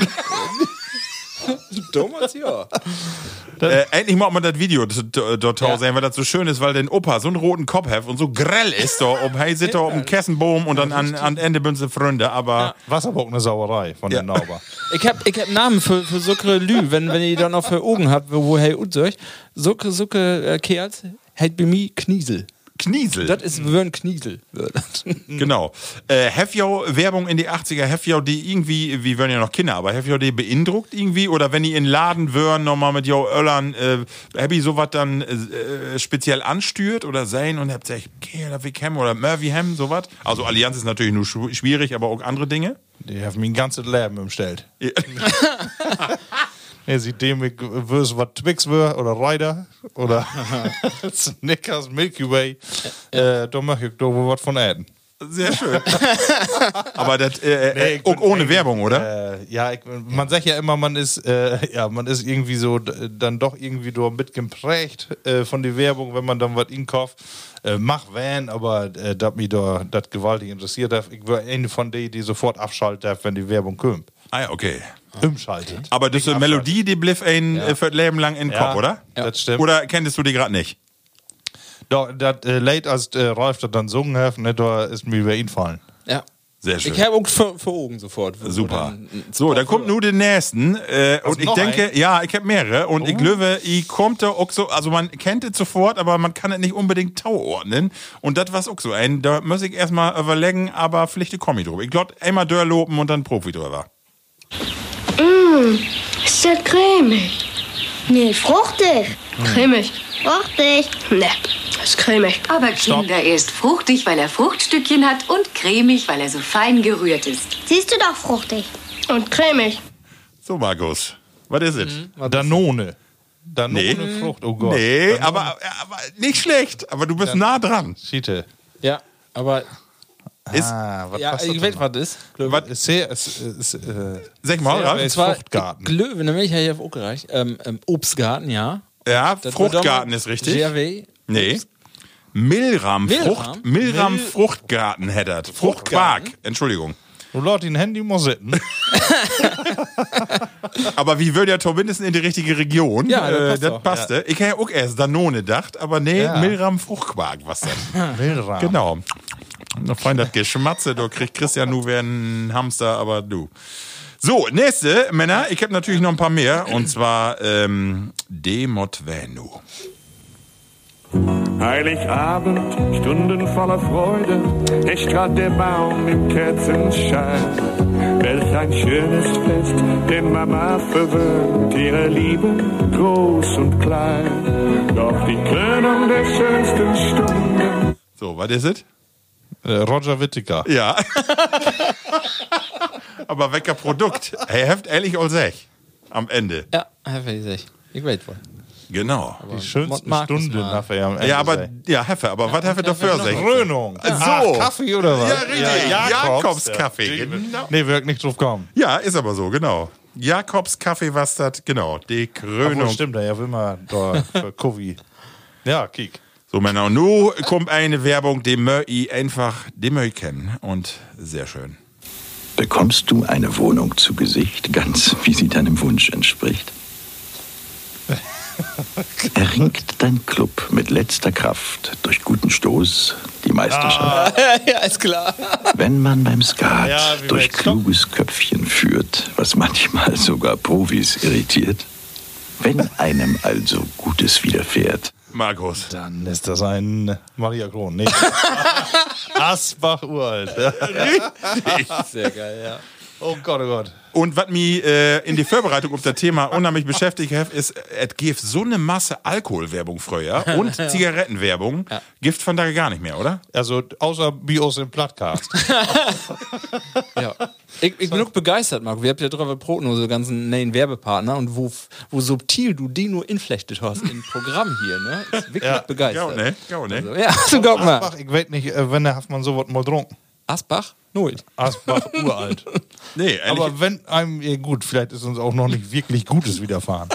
D: damals ja.
B: Äh, endlich mal mal das Video dort dort sehen, weil das so schön ist, weil den Opa so einen roten Kopf hat und so grell ist, da ob hey sitzt da auf dem Kessenboom und dann an, an Ende bünse Freunde, aber
C: Was aber auch eine Sauerei von
B: Ja.
C: den Nauber.
D: Ich hab, ich hab Namen für, für solche Lü, wenn, wenn ihr dann noch für Augen habt, wo, wo hey und solch, solche, solche äh, Kerls, halt bei mir Kniesel.
B: Kniesel.
D: Das ist wie ein Kniesel.
B: Genau. Äh, have you Werbung in die achtziger, have you die irgendwie, wir wären ja noch Kinder, aber have you die beeindruckt irgendwie? Oder wenn die in Laden wären, nochmal mit jo Öllern, äh, hab ich sowas dann äh, speziell anstürt oder sein und habt gesagt, okay, da wie Hem oder Murphy Hem, sowas? Also Allianz ist natürlich nur schw- schwierig, aber auch andere Dinge.
C: Die haben mein ganzes Leben umstellt.
B: Ja.
C: Er sieht dem, ich wüs was Twix wär oder Ryder oder Snickers, Milky Way. Äh, da mach ich da wohl was von Äten.
B: Sehr schön. Aber das äh,
C: Nee, ich
B: auch
C: bin
B: ohne
C: eigentlich,
B: Werbung, oder?
C: Äh, ja, ich, man sagt ja immer, man ist, äh, ja, man ist irgendwie so d- dann doch irgendwie so mit geprägt äh, von der Werbung, wenn man dann was inkauft. Äh, mach Van, aber äh, das mich da das gewaltig interessiert hat. Ich war eine von denen, die sofort abschalten darf, wenn die Werbung kommt.
B: Ah ja, okay.
C: Umschaltet.
B: Aber das ist eine Melodie, die blieb ein
C: Ja.
B: äh, für das Leben lang in den
C: Ja,
B: Kopf, oder?
C: ja. Das stimmt.
B: Oder kenntest du die gerade nicht?
C: Da, das äh, late, als äh, Ralf das dann gesungen hat, ne, da ist mir über ihn fallen.
D: Ja.
B: Sehr schön.
D: Ich habe auch vor, vor Augen sofort. wo
B: Super.
D: dann ein
B: So, dann kommt nur den nächsten. Äh, und ich
C: noch
B: denke, ja, ich habe mehrere. Und ich glaube, ich kommt da auch so, also man kennt es sofort, aber man kann es nicht unbedingt tauordnen. Und das war auch so ein. Da muss ich erstmal überlegen, aber vielleicht komme ich drüber. Ich glaube, einmal durchlopen und dann Profi drüber.
A: Mmh, ist das cremig? Nee, fruchtig.
F: Cremig.
A: Fruchtig.
F: Ne, ist cremig.
I: Aber Kinder, er ist fruchtig, weil er Fruchtstückchen hat und cremig, weil er so fein gerührt ist.
A: Siehst du doch fruchtig.
F: Und cremig.
B: So, Markus. Was ist es?
C: Danone. Danone
B: Nee.
C: Frucht, oh Gott.
B: Nee,
C: Danone.
B: aber, aber nicht schlecht. Aber du bist nah dran.
C: Schiete.
D: Ja, aber
B: Ist,
C: Ah, was
D: ja,
C: passt
D: ich
C: das
D: weiß,
C: denn
D: was das ist. Glöwe.
B: was,
C: noch? Sehr, es, es, äh,
B: sag mal,
C: Sehr
B: Ralf.
C: weit.
D: Zwar
C: Fruchtgarten.
D: Glöwe, nämlich habe ich auch gereicht. Ähm, ähm, Obstgarten, ja.
B: Ja,
D: Das
B: Fruchtgarten
D: wird
B: ist richtig.
D: G R W.
B: Nee. Milram,
D: Milram?
B: Frucht, Milram
D: Mil-
B: Fruchtgarten hättert. Fruchtquark, Entschuldigung.
C: du laut den Handy muss sitten.
B: Aber wie würde ja zumindest in die richtige Region?
D: Ja, das
B: äh,
D: passt
B: das
D: doch.
B: passte. Ich hätte ja auch erst Danone gedacht, aber nee,
C: Ja.
B: Milram Fruchtquark, was das?
C: Milram.
B: Genau. Noch fein das Geschmatze, da kriegt Christian nur wie ein Hamster, aber du. So, nächste, Männer, ich habe natürlich noch ein paar mehr, und zwar ähm, Demot Venu.
J: Heiligabend, Stunden voller Freude, es strahlt der Baum im Kerzenschein. Welch ein schönes Fest, denn Mama verwöhnt ihre Lieben groß und klein. Doch die Krönung der schönsten Stunden.
B: So, was ist es?
C: Äh, Roger Whittaker.
B: Ja. Aber welcher Produkt? Er heft ehrlich all sech. Am Ende.
D: Ja, Herr Feisig. Ich weiß wohl.
B: Genau.
C: Die schönste
D: Markus
C: Stunde
D: mal.
C: nachher am Ende.
B: Ja, aber,
C: sei.
B: ja, Heffe, aber was Heffe dafür sech?
C: Krönung.
B: So.
C: Ach, Kaffee oder was?
B: Ja, richtig. Jakobs
C: Ja.
B: Kaffee. Genau.
C: Nee, wir nicht drauf kommen.
B: Ja, ist aber so, genau. Jakobs Kaffee, was das, genau. Die Krönung.
C: Obwohl, stimmt, ja, will man da für Kovi. Ja, kiek.
B: So, Männer, und nun kommt eine Werbung, die mö i einfach, die mö i kennen. Und sehr schön.
K: Bekommst du eine Wohnung zu Gesicht, ganz wie sie deinem Wunsch entspricht? Erringt dein Club mit letzter Kraft durch guten Stoß die Meisterschaft?
D: Ja, ist klar.
K: Wenn man beim Skat
C: Ja, wie
K: durch
C: weit kommt?
K: kluges Köpfchen führt, was manchmal sogar Profis irritiert, wenn einem also Gutes widerfährt,
B: Markus.
C: Dann ist das ein Maria Kron. Nee. Asbach uralt.
D: Sehr geil, ja.
C: Oh Gott, oh Gott.
B: Und was mich äh, in die Vorbereitung auf das Thema unheimlich beschäftigt hat, ist, es gibt so eine Masse Alkoholwerbung früher und Zigarettenwerbung.
D: Ja.
B: Gift von da gar nicht mehr, oder?
C: Also, außer Bios im Plattcast.
D: Ja. Ich, ich bin auch begeistert, Marco. Wir haben ja drüber Brot nur so ganzen neuen Werbepartner und wo, wo subtil du die nur inflechtet hast im Programm hier, ne? Ist wirklich
C: Ja.
D: begeistert.
B: Ja, ne? Ja, ne?
D: Also, ja, so guck mal.
C: Asbach, ich weiß nicht, äh, wenn der hat man sowas mal getrunken.
D: Asbach? Null.
C: Asbach uralt.
B: Nee, eigentlich.
C: Aber wenn einem, ja gut, vielleicht ist uns auch noch nicht wirklich Gutes widerfahren.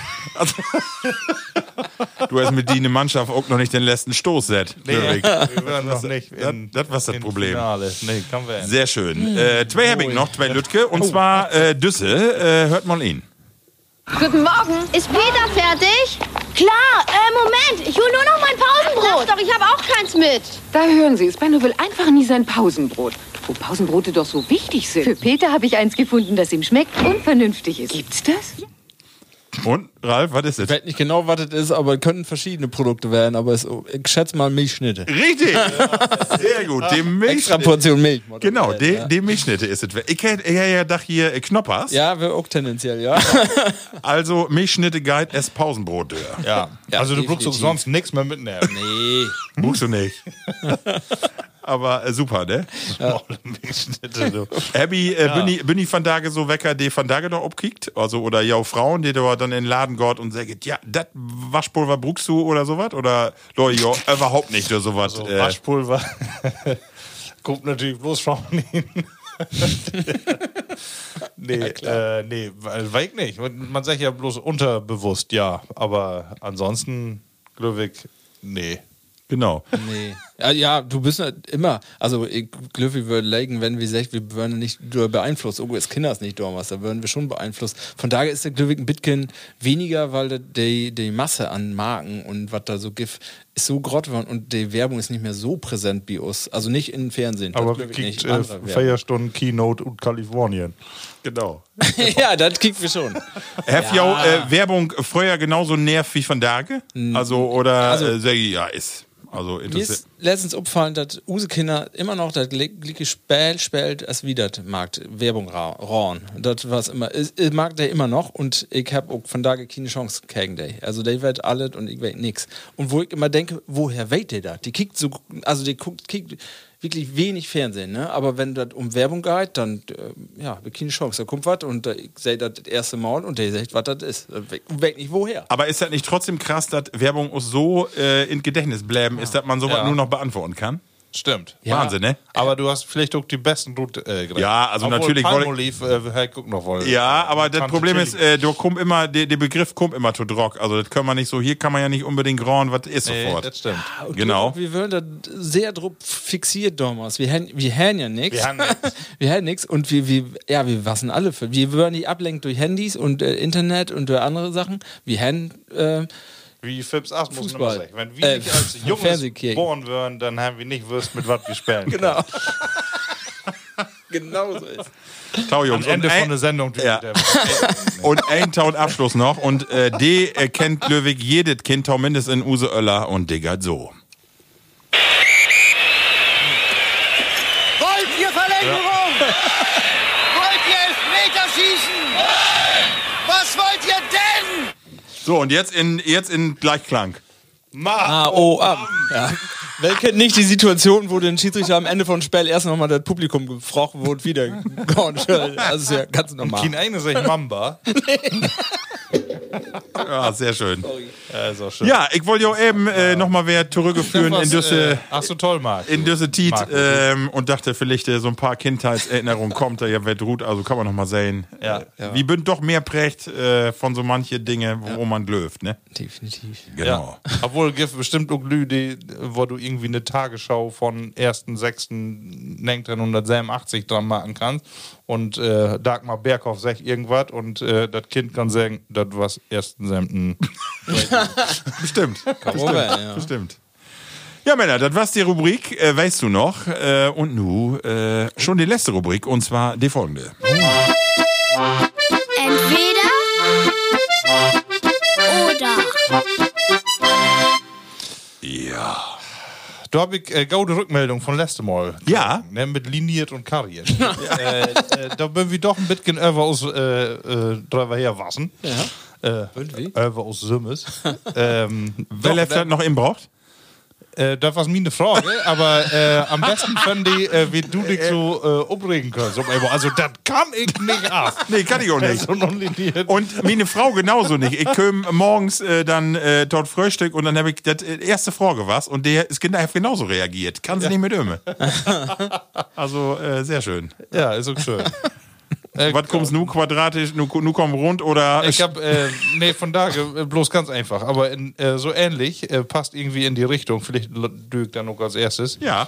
B: du hast mit die eine Mannschaft auch noch nicht den letzten Stoß set.
C: wir werden noch nicht in,
B: das- das war's das
C: in
B: Problem.
C: Finale. Nee, kann wir
B: Sehr schön. Äh, zwei habe ich noch, zwei Lütke. Und zwar äh, Düssel. Äh, hört mal ihn.
A: Guten Morgen. Ist Peter fertig? Klar. Äh, Moment. Ich hole nur noch mein Pausenbrot. Sag doch, ich habe auch keins mit.
I: Da hören Sie, Spenno will einfach nie sein Pausenbrot. Wo Pausenbrote doch so wichtig sind. Für Peter habe ich eins gefunden, das ihm schmeckt und vernünftig ist. Gibt's das?
B: Und, Ralf, was ist
D: Ich
B: das?
D: weiß nicht genau, was das ist, aber es könnten verschiedene Produkte werden, aber es, ich schätze mal Milchschnitte.
B: Richtig! Sehr gut. Die
D: Extra
B: Milchschnitte.
D: Portion Milch. muss das
B: Genau,
D: werden,
B: die,
D: ja.
B: die Milchschnitte ist es. Ich hätte ich hätt ja gedacht, hier äh, Knoppers.
D: Ja, wir auch tendenziell, ja.
B: Also Milchschnitte Guide, es Pausenbrot.
C: Ja.
D: Ja,
C: Also, du brauchst doch
D: definitiv.
C: sonst nichts mehr mitnehmen.
D: Nee.
B: Buchst du nicht. Aber äh, super, ne?
C: Milchschnitte, du.
B: Abby, äh, bin, ich, bin ich von Tage so wecker, die von Tage noch abkickt? Also, oder ja, Frauen, die da dann in den Laden geht und sagen, ja, das Waschpulver brauchst du oder sowas? Oder, Leute, ja, überhaupt nicht oder sowas.
C: So,
B: äh,
C: Waschpulver. Kommt natürlich bloß Frauen hin. nee, ja, äh, nee, weiß ich nicht. Man sagt ja bloß unterbewusst, ja. Aber ansonsten, glaube ich, nee.
B: Genau.
D: Nee. Ja, ja, du bist halt immer, also ich glaube, wir würden legen, wenn wir sagen, wir würden nicht beeinflusst. Oh, das Kinder ist nicht damals, da würden wir schon beeinflusst. Von daher ist der glaube ich ein bisschen weniger, weil die, die Masse an Marken und was da so gibt, ist so grott geworden und die Werbung ist nicht mehr so präsent wie uns. Also nicht im Fernsehen.
C: Aber wir kriegt äh, Feierstunden, Keynote und Kalifornien.
B: Genau.
D: Ja, das kriegt wir schon.
B: Have ja. you äh, Werbung früher genauso nervig von Tage? Also, oder
D: also,
B: äh, sag ich, ja, ist. Also
D: mir ist letztens aufgefallen, dass unsere Kinder immer noch das gleiche Spiel spielt, als wie das mag Werbung rauen. Das was immer, ich mag der immer noch und ich habe auch von da keine Chance gegen die. Also der wird alles und ich weiß nix. Und wo ich immer denke, woher weiß der das? Die kickt so, also die guckt, kickt wirklich wenig Fernsehen, ne? Aber wenn das um Werbung geht, dann, äh, ja, keine Chance. Da kommt was und äh, ich sehe das das erste Mal und der sagt, was das ist. Ich weiß nicht, woher.
B: Aber ist das nicht trotzdem krass, dass Werbung so äh, in Gedächtnis bleiben ja. ist, dass man sowas ja. nur noch beantworten kann?
C: Stimmt.
B: Ja. Wahnsinn, ne?
C: Aber du hast vielleicht auch die besten Route äh, gerechnet.
B: Ja, also
C: obwohl
B: natürlich.
C: Palmolive, äh, hey, guck noch wohl.
B: Ja, aber
C: äh,
B: das Problem Chili. ist, äh, du kommt immer, der, der Begriff kommt immer zu Drock. Also das können wir nicht so, hier kann man ja nicht unbedingt rauen, was ist
C: nee,
B: sofort.
C: Das stimmt.
D: Und
B: genau.
D: Wir würden da sehr drauf fixiert damals. Wir haben wir haben ja nichts.
C: Wir haben nichts.
D: Wir haben nichts und wir, wir, ja, wir wassen alle für. Wir würden nicht ablenken durch Handys und äh, Internet und äh, andere Sachen. Wir haben, äh,
C: wie Fips Ass muss man immer sagen. Wenn wir
D: äh,
C: nicht als Jungs geboren würden, dann haben wir nicht gewusst, mit was wir spielen.
D: Genau. Genau so ist.
B: Tau, Jungs.
C: Am Ende
B: und
C: von
B: ein,
C: der Sendung. Die
B: ja. Und ein Taun Abschluss noch. Und äh, die äh, kennt Glöwig jedes Kind, Tau mindestens in Use Öller und die geht so.
L: Wollt ihr Verlängerung? Ja. Wollt ihr Elfmeterschießen? Was wollt ihr denn?
B: So, und jetzt in, jetzt in Gleichklang.
D: Ma, ah, oh, am. Ja. Wer kennt nicht die Situation, wo der Schiedsrichter am Ende von Spiel erst nochmal das Publikum gefragt wurde, wieder gehauen. Also ist ja ganz normal.
C: Kein eine sagt Mamba.
B: Ja, sehr schön.
C: Ja, ist auch schön.
B: Ja, ich wollte ja auch eben äh, nochmal wer zurückgeführen in diese.
C: Äh, ach so, toll, Marc.
B: In diese Tiet ähm, und dachte, vielleicht äh, so ein paar Kindheitserinnerungen kommt da ja, wer ruht, also kann man nochmal sehen.
C: Ja.
B: Äh, ja. Wie bünd doch mehr prägt äh, von so manche Dinge, wo ja. man glöft, ne?
D: Definitiv.
B: Genau.
C: Ja. Obwohl, gibt bestimmt auch Lüde, wo du irgendwie eine Tagesschau von ersten sechsten neunzehnhundertsiebenundachtzig dran machen kannst und äh, Dagmar Berghoff sagt irgendwas und äh, das Kind kann sagen, das war's ersten siebten
B: Bestimmt.
D: Kann
B: Bestimmt.
D: Sein, ja.
B: Bestimmt. Ja, Männer, das war's die Rubrik, äh, weißt du noch. Äh, und nu äh, schon die letzte Rubrik, und zwar die folgende.
A: Entweder oder.
B: Ja.
C: Da habe ich äh, gaude Rückmeldung von letztem Mal.
B: Ja.
C: Ne, mit liniert und kariert. äh, äh, da bin wir doch ein bisschen über aus äh, äh, drüber herwassen.
D: Ja.
C: Äh, und wie? Über aus Sümmes. ähm,
B: Wer läuft das noch eben braucht?
C: Äh, das war meine Frage, aber äh, am besten fand ich, äh, wie du dich so äh, aufregen kannst. Also, das kann ich nicht ab.
B: Nee, kann ich auch nicht.
C: So
B: und meine Frau genauso nicht. Ich komme morgens äh, dann äh, dort Frühstück und dann habe ich das äh, erste Frage was und der ist genau, genauso reagiert. Kann sie ja. nicht mit Öme. Also, äh, sehr schön.
C: Ja, ist auch schön.
B: Äh, Was kommst nu quadratisch, nu, nu komm rund oder?
C: Ich hab, äh, nee, von da äh, bloß ganz einfach, aber in, äh, so ähnlich, äh, passt irgendwie in die Richtung, vielleicht Dirk dann noch als erstes.
B: Ja.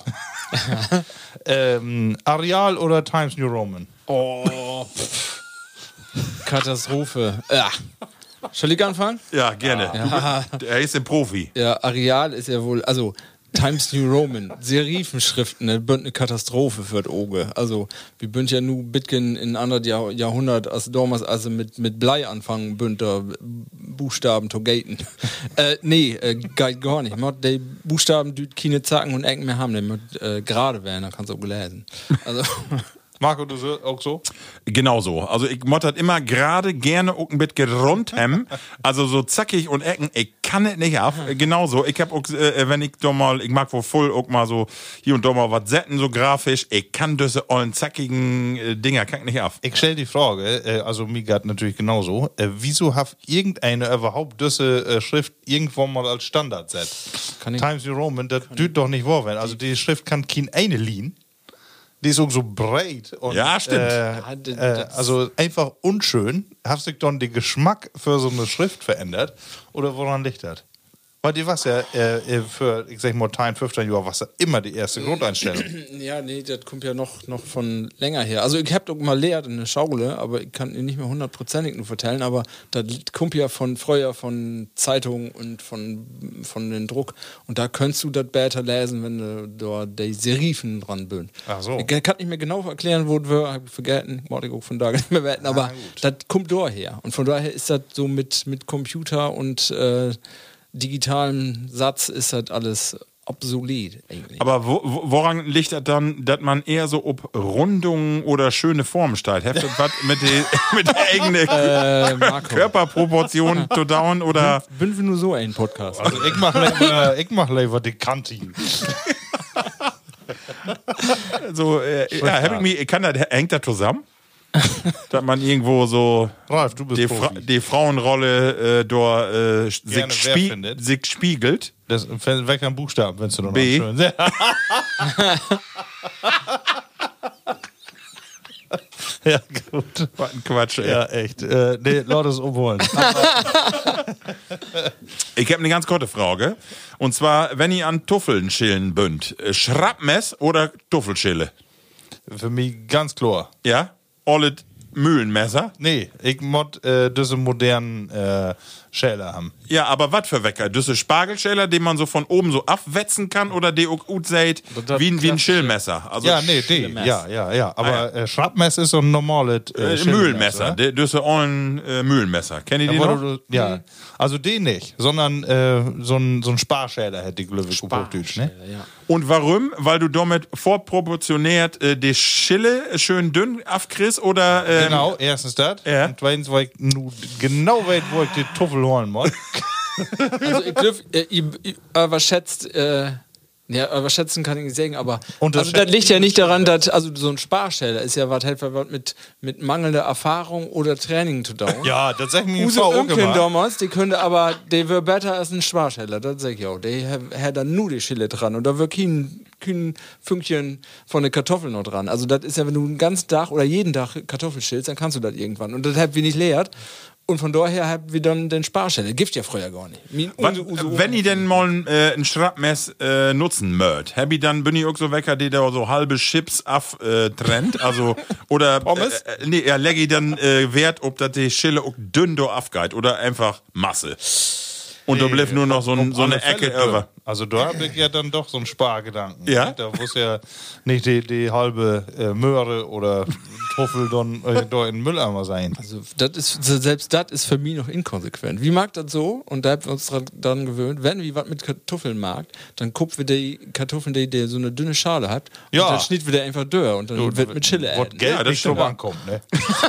C: ähm, Areal oder Times New Roman?
D: Oh, Katastrophe. Ja. Soll ich anfangen?
B: Ja, gerne.
D: Ja.
B: Er ist ein Profi.
D: Ja, Areal ist ja wohl, also Times New Roman, Serifenschriften, das bünd eine Katastrophe für das Auge. Also, wir bünd ja nu bitgen in anderthalb Jahr, Jahrhundert, als damals, also mit, mit Blei anfangen, bünd da Buchstaben zu gaten. äh, nee, äh, geht gar nicht. Man die Buchstaben, die keine Zacken und Ecken mehr haben, die mit äh, gerade werden, dann kannst du auch lesen. Also.
C: Marco, du auch so?
B: Genau so. Also ich mottert immer gerade gerne auch ein bisschen rund hem. Also so zackig und Ecken, ich kann es nicht ab. Genauso. Ich hab auch, äh, wenn ich doch mal, ich mag wohl voll auch mal so hier und da mal was setzen, so grafisch. Ich kann diese ollen zackigen äh, Dinger, kann ich nicht ab.
C: Ich stell die Frage, äh, also mir geht natürlich genauso, äh, wieso hat irgendeine überhaupt diese äh, Schrift irgendwann mal als Standard set? Times New Roman, das tut doch nicht wahr werden. Also die Schrift kann kein eine liehen. die ist auch so breit. Und,
B: Ja, stimmt.
C: Äh, äh, also einfach unschön. Hast du dann den Geschmack für so eine Schrift verändert? Oder woran liegt das? Weil die was ja äh, für, ich sag mal, fünfzehn Jahre war immer die erste Grundeinstellung.
D: Ja, nee, das kommt ja noch, noch von länger her. Also ich hab doch mal lehrt in der Schule, aber ich kann Ihnen nicht mehr hundertprozentig nur vertellen, aber das kommt ja von früher von Zeitungen und von, von den Druck. Und da könntest du das besser lesen, wenn du da die Serifen dran bist.
C: Ach so.
D: Ich kann nicht mehr genau erklären, wo es war, hab ich vergessen, wollte ich auch von da nicht mehr wetten, aber
C: Ah,
D: das kommt daher. Und von daher ist das so mit, mit Computer und äh, digitalen Satz ist das alles obsolet eigentlich.
B: Aber wo, wo, woran liegt das dann, dass man eher so ob Rundungen oder schöne Formen steigt? Heftet was mit der mit der eigenen
D: äh,
B: Körperproportion zu down oder?
D: Bin wir nur so ein Podcast.
C: Also ich mach lieber, ich mach lieber die Kantin.
B: So, äh, ja, hab ich mich, kann das, hängt das zusammen? Dass man irgendwo so
C: Ralf, du bist
B: die,
C: Profi.
B: Fra die Frauenrolle äh, dort äh, sich,
C: Gerne, wer
B: spie
C: findet.
B: sich spiegelt.
C: Das weg am Buchstaben, wenn du noch
B: B.
C: schön sehr. Ja, gut.
B: Was ein Quatsch, ey.
C: Ja, echt. Äh, nee, Leute, es umholen.
B: Ich habe eine ganz kurze Frage. Und zwar, wenn ihr an Tuffeln schillen bünd, äh, Schrappmess oder Tuffelschille?
C: Für mich ganz klar.
B: Ja? Olle Mühlenmesser?
C: Nee, ich mod äh, diese modernen äh, Schäler haben.
B: Ja, aber was für Wecker? Diese Spargelschäler, den man so von oben so abwetzen kann oder die auch gut seht, wie, ein- wie ein Schillmesser? Also
C: ja, nee, die. Ja, ja, ja. Aber äh, Schrappmess ist so ein normales äh,
B: äh,
C: Schillmesser,
B: Mühlenmesser.
C: ne?
B: Die- Diese ollen äh, Mühlenmesser. Kennt ihr die
C: Ja,
B: noch?
C: wo du- ja. Also den nicht, sondern äh, so ein, so ein Sparschäler hätte ich glücklich gebraucht, ne?
B: Und warum? Weil du damit vorproportioniert äh, die Schille schön dünn aufkriegst oder ähm,
C: Genau, erstens das.
B: Ja.
C: Und zweitens, weil ich nu genau weiß, wo ich die Tuffel holen muss.
D: Also ich glaube, äh, ihr, ihr überschätzt, äh, ja, überschätzen kann ich nicht sagen, aber also das liegt ja nicht daran, dass also so ein Sparschäler ist ja was halt was mit mit mangelnder Erfahrung oder Training zu tun.
C: Ja, das sag ich mir
D: Uso
C: Frau auch
D: Onkel
C: gemacht.
D: damals, die könnte aber, der wäre besser als ein Sparschäler, das sag ich auch. Der hat dann nur die Schille dran und da wird kein, kein Fünkchen von der Kartoffel noch dran. Also das ist ja, wenn du einen ganzen Tag oder jeden Tag Kartoffel schälst, dann kannst du das irgendwann. Und das hat wir nicht lehrt. Und von daher haben wir dann den Sparschäler. Gibt ja früher gar nicht. Min-
B: Was,
D: Uso- Uso-
B: wenn ihr denn mal äh, ein Schrappmess äh, nutzen mögt, hab ich dann bin ich auch so Wecker, die da so halbe Chips af äh, trennt, also oder
D: Pommes?
B: Äh, äh, nee, ja, leg ich dann äh, Wert, ob das die Schille auch dünn do afgeht oder einfach Masse. Und da bleibt nur noch so, ein,
C: Auf
B: so eine
C: alle Fälle,
B: Ecke über.
C: Also da habe ich ja dann doch so einen Spargedanken.
B: Ja?
C: Ne? Da muss ja nicht die, die halbe äh, Möhre oder Truffel dann äh, da in den Mülleimer sein.
D: Also das ist, selbst das ist für mich noch inkonsequent. Wie mag das so? Und da haben wir uns dran, dran gewöhnt, wenn wir was mit Kartoffeln mag, dann guckt wir die Kartoffeln, die, die so eine dünne Schale hat,
C: Ja.
D: und dann schnitt wir der einfach durch und dann
C: Du,
D: wird mit Chille
C: Wo
D: äten.
C: Geld
B: Ja, das
C: nicht
B: stimmt.
C: drauf ankommt, ne?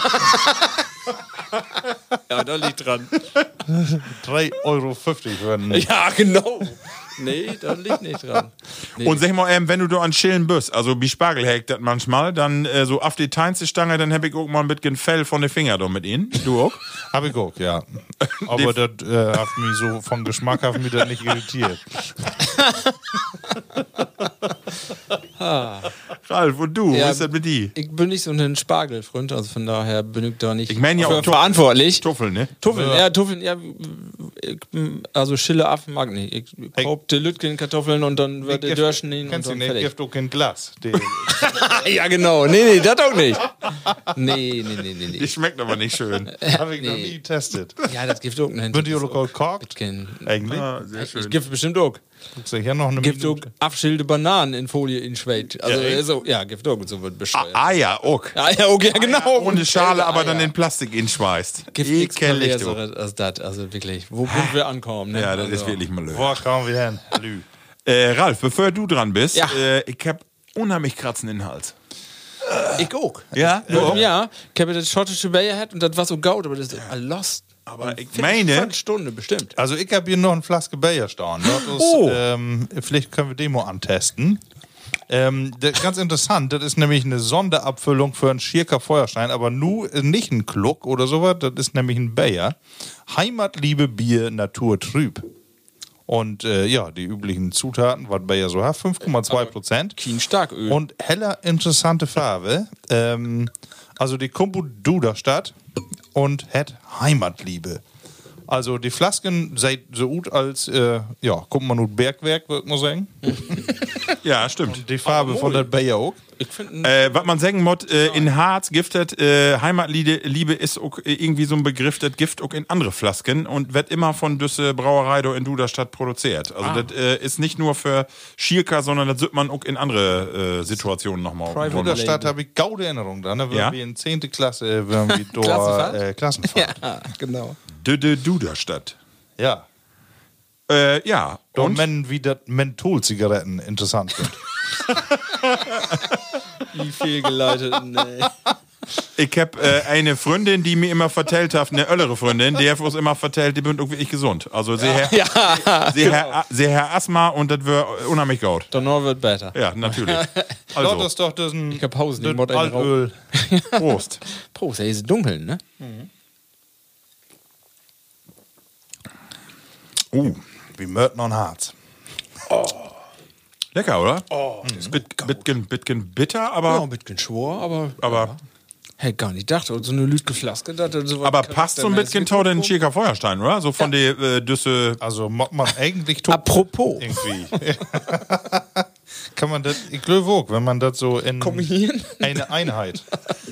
D: Ja, da liegt dran.
C: drei Euro fünfzig würden.
D: Ja, genau. Nee, da liegt nicht dran. Nee.
B: Und sag mal, ähm, wenn du da an Schillen bist, also wie Spargel hackt das manchmal, dann äh, so auf die Teinste Stange, dann hab ich auch mal ein bisschen Fell von den Finger da mit ihnen. Du auch?
C: Hab ich auch, ja. Aber das äh, hat mich so vom Geschmack hat mich das nicht irritiert.
B: Ralf, und du,
D: Ja,
B: wo ist das mit die?
D: Ich bin nicht so ein Spargelfreund, also von daher bin ich da nicht
B: Ich meine ja
D: für-
B: auch Tuff-
D: verantwortlich.
B: Tuffeln, ne?
D: Tuffeln, ja, Tuffeln, ja, ich, also Schille ab mag nicht. Ich kauf die Lütgen-Kartoffeln und dann wird der durchschneiden und
C: Kennst du
D: dann
C: nicht?
D: fertig.
C: Gibt auch kein Glas. Die,
D: Ja, genau. Nee, nee, das auch nicht. Nee, nee, nee, nee,
B: Die
D: nee.
B: schmeckt aber nicht schön.
C: hab ich noch
D: Nee.
C: nie getestet.
D: Ja, das gibt auch nicht.
C: Wird die auch gekocht? Eigentlich?
B: Ah, sehr schön.
D: Ich gibt bestimmt auch.
C: Guckst du hier noch eine
D: Gibt auch
C: Minute?
D: Abschilde Bananen in Folie in Schwed. Also,
C: Ja, echt?
D: so, ja, gibt auch und so wird besteuert.
B: Ah ja, auch.
D: Ja, ja, okay, ja, genau.
B: Ohne Schale,
D: Ah,
B: aber
D: ja.
B: dann in Plastik inschmeißt.
D: Gibt nichts
B: Ekelig, du.
D: Perverseres als das. Also wirklich. Wo können wir ankommen? Ne?
B: Ja, das
D: also.
B: ist wirklich mal löw.
C: Wo kommen wir hin? Lü.
B: Äh, Ralf, bevor du dran bist,
D: Ja.
B: äh, ich hab unheimlich Kratzen in den Hals.
D: Ich auch.
B: Ja?
D: Ja, ja. Ich habe das schottische Bier gehabt und das war so gaut, aber das ist a lost.
B: Aber ich meine,
D: Eine Stunde bestimmt.
C: Also ich habe hier noch eine Flaske Bayer stehen. Das ist,
B: Oh.
C: ähm, vielleicht können wir den mal antesten. Ähm, das ist ganz interessant, das ist nämlich eine Sonderabfüllung für einen Schirker Feuerstein, aber nur äh, nicht ein Kluck oder sowas, das ist nämlich ein Bayer. Heimatliebe Bier Naturtrüb. Und äh, ja, die üblichen Zutaten, was bei ja so hat, fünf Komma zwei Prozent.
D: Kein Starköl.
C: Und heller interessante Farbe. Ähm, also die kommt Duderstadt und hat Heimatliebe. Also die Flasken seid so gut als, äh, ja, kommt man nur Bergwerk, würde man sagen.
B: Ja, stimmt.
C: Und die Farbe von der Bayer auch.
B: Äh, was man sagen muss, äh, in Harz giftet äh, Heimatliebe Liebe ist auch irgendwie so ein Begriff, das Gift auch in andere Flasken und wird immer von düsse Brauerei da in Duderstadt produziert. Also
C: Ah.
B: das äh, ist nicht nur für Schierka, sondern das wird man auch in andere äh, Situationen nochmal.
C: In Duderstadt habe ich gaude Erinnerung dran. Da waren
B: Ja?
C: wir in zehnte Klasse, waren wir dort
D: Klassenfahrt?
C: äh, Klassenfahrt.
D: Ja, genau.
B: De, de Duderstadt.
C: Ja.
B: Äh, ja.
C: Da
B: Und?
C: men wie das Mentholzigaretten interessant sind.
D: Wie fehlgeleitet, nee.
B: Ich hab äh, eine Freundin, die mir immer vertellt hat, eine ältere Freundin, die hat uns immer vertellt, die bin irgendwie nicht gesund. Also sie hat
D: Ja,
B: sie hat- sie hat Asthma und das wird unheimlich gut.
D: Danach wird besser.
B: Ja, natürlich.
C: Also. Das
B: Also,
C: ist doch das ein
D: Ich hab Pausen,
C: das
D: ich wollte einen
C: Altöl.
B: Prost.
D: Prost, ey, ist dunkel, ne?
B: Uh,
C: Wie Mörtner und Harz.
B: lecker, oder? Oh, ist bit, bitgen, bitgen bitter, aber,
D: Ja, ein bisschen schwor, aber.
B: aber,
D: Hätte gar nicht gedacht, so eine lütge Flaske, das hat so was
B: aber passt so ein bisschen tau den Schierker Feuerstein, oder? So von der äh, Düsse.
C: Also macht man eigentlich top
D: Apropos.
C: irgendwie. Kann man das, ich glaube auch, wenn man das so in
D: Kombinieren?
C: eine Einheit.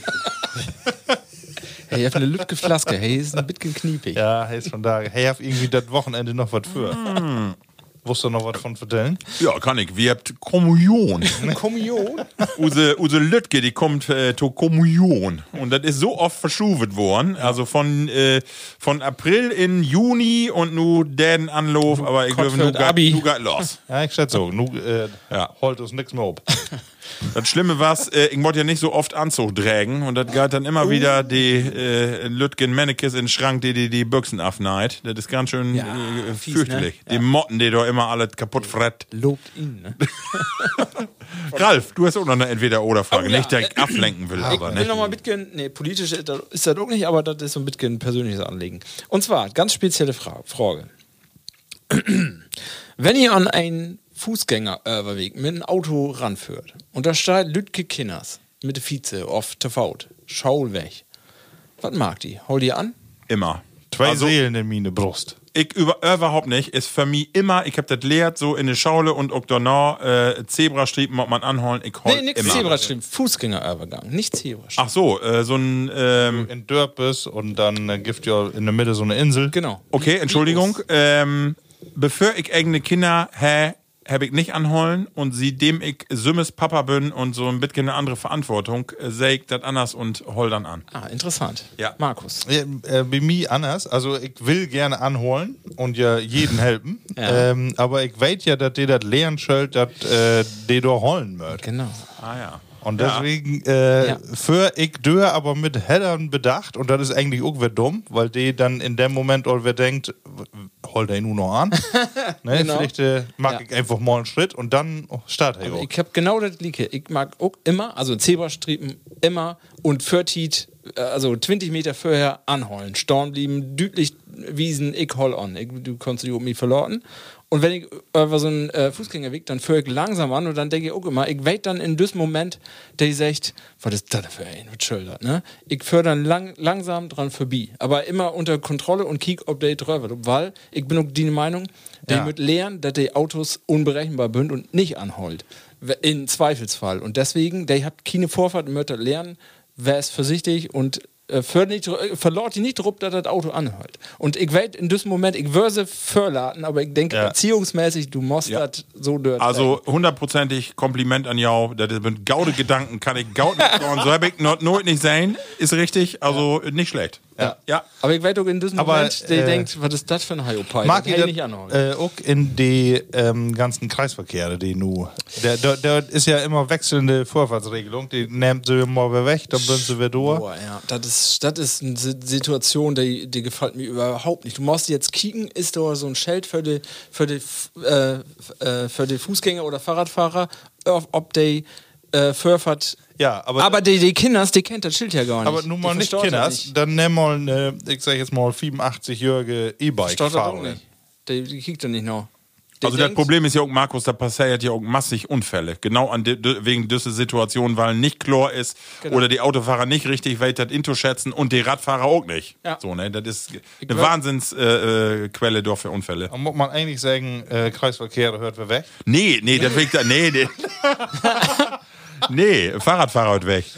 D: Hey, ich hab eine lütge Flaske, hey, ist ein bisschen kniepig.
C: Ja, hey, ist von da. Hey, hab irgendwie das Wochenende noch was für.
B: Mm.
C: Wusst du noch was von vertellen?
B: Ja, kann ich. Wir habt Kommunion.
D: Kommunion?
B: Use, Use Lütke, die kommt äh, zur Kommunion. Und das ist so oft verschuvet worden. Also von, äh, von April in Juni und nu den Anlauf, aber ich glaube, nu
D: für Abi.
B: geht nu geht los.
C: Ja, ich schätze so. Nu äh,
B: Ja.
C: holt uns nichts mehr ab.
B: Das Schlimme war's, äh, ich wollte ja nicht so oft Anzug tragen und das geht dann immer wieder die äh, Lütgen Mannekes in den Schrank, die die, die Büchsen aufneiht. Das ist ganz schön
D: Ja,
B: äh,
D: fies,
B: fürchterlich.
D: ne?
B: Die Motten, die da immer alles kaputt fret.
D: Lobt ihn, ne?
B: Ralf, du hast auch noch eine Entweder-Oder-Frage.
D: Oh, ja.
B: Nicht, dass ich ablenken will,
D: Ich
B: aber
D: will
B: nicht.
D: noch mal ein bisschen, nee, politisch ist das ist das auch nicht, aber das ist so ein bisschen ein persönliches Anliegen. Und zwar, ganz spezielle Fra Frage. Wenn ihr an einen Fußgängerüberweg mit einem Auto ranführt und da steht Lütke Kinders mit der Vize auf der Faut, Schaul weg. Was mag die? Hol die an?
B: Immer.
C: Zwei
B: Also-
C: Seelen in meine Brust.
B: Ich über, überhaupt nicht. Ist für mich immer, ich hab das lehrt, so in der Schaule und auch danach, äh, Zebrastriepen muss man anholen. Ich hol
D: Nee, nix
B: immer.
D: Zebrastreifen, Fußgängerübergang, nicht Zebrastreifen.
B: Ach so, äh, so ein, ähm,
C: In Dörpes und dann äh, gibt ja in der Mitte so eine Insel.
D: Genau.
B: okay, Entschuldigung. Ähm, bevor ich eigene Kinder hä, hab ich nicht anholen und sie dem ich Sümmes Papa bin und so ein bisschen eine andere Verantwortung, äh, seh ich das anders und hol dann an.
D: Ah, interessant.
B: Ja.
D: Markus.
C: Ja, äh, bei mir anders. Also ich will gerne anholen und ja jeden helfen.
D: Ja.
C: Ähm, aber ich weiß ja, dass die das lernen sollt, dass äh, die da holen wird.
D: Genau.
B: Ah ja.
C: Und
B: Ja.
C: deswegen äh,
D: Ja.
C: für ich dö aber mit helleren Bedacht und das ist eigentlich auch wieder dumm, weil die dann in dem Moment auch wer denkt, hol der nur noch an. Ne,
D: Genau.
C: Vielleicht äh, mach
D: Ja.
C: ich einfach mal einen Schritt und dann oh, start er
D: Aber
C: auch.
D: ich habe genau das Gleiche. Ich mag auch immer, also Zebrastreifen immer und vierzig, äh, also zwanzig Meter vorher anholen. Storn blieben, dütlich wiesen, ich hol an. Ich, du konntest dich um mich verloren. Und wenn ich über so einen äh, Fußgängerweg, dann führe ich langsam an und dann denke ich auch immer, ich wait dann in diesem Moment, der ich sagt, was ist das für ein mit Schildert, ne? Ich führe dann lang, langsam dran vorbei. Aber immer unter Kontrolle und kiek, ob der drüber wird. Weil ich bin auch die Meinung, der
C: Ja.
D: wird lernen, dass die Autos unberechenbar sind und nicht anholt. In Zweifelsfall. Und deswegen, der hat keine Vorfahrt und wird das lernen, wer ist vorsichtig und äh, für nicht, äh, verlort die nicht drauf, dass das Auto anhält. Und ich weiß in diesem Moment, ich würde sie verlaten, aber ich denke,
C: Ja.
D: erziehungsmäßig, du musst
B: Ja.
D: das so dort.
B: Also hundertprozentig Kompliment an jou. Das sind gaude Gedanken, kann ich gaud nicht sagen. So hab ich not, not nicht sein. Ist richtig, also nicht schlecht.
C: Ja.
B: Ja.
D: aber ich weiß auch in diesem
C: Aber,
D: Moment, der
C: äh,
D: denkt, was ist das für ein Hyopai?
C: Mag
D: Das
C: ich
D: hält
C: das
D: nicht anholen.
C: äh, auch in die ähm, ganzen Kreisverkehre, die nu. Der, der, der ist ja immer wechselnde Vorfahrtsregelung. Die nimmt sie mal wieder weg, dann sind sie wieder durch.
D: Boah, ja, das ist, das ist eine Si- Situation, die, die gefällt mir überhaupt nicht. Du musst jetzt kicken, ist da so ein Schild für die, für die, äh, äh, für die Fußgänger oder Fahrradfahrer, ob, ob die äh, Vorfahrt.
C: Ja, aber,
D: Aber die, die Kinders, die kennt das Schild ja gar nicht.
C: aber nun mal
D: Die
C: nicht
D: verstaut das
C: Kinders, dann nimm mal eine, ich sag jetzt mal, fünfundachtzig-jährige
D: Verstaut das auch
C: E-Bike-Fahrerin.
D: nicht. Die, die kickt ja nicht noch.
B: Also das Problem ist ja auch, Markus, da passiert ja auch massig Unfälle. Genau an de, de, wegen dieser Situation, weil nicht klar ist
D: Genau.
B: oder die Autofahrer nicht richtig weit das Into schätzen und die Radfahrer auch nicht.
D: Ja.
B: So, ne? Das ist
C: Ich
B: eine
C: glaub-
B: Wahnsinnsquelle äh, Quelle doch für Unfälle.
C: Dann muss man eigentlich sagen, äh, Kreisverkehr hört wir weg.
B: Nee, nee, das wird da, nee, nee. Nee, Fahrradfahrer heute weg.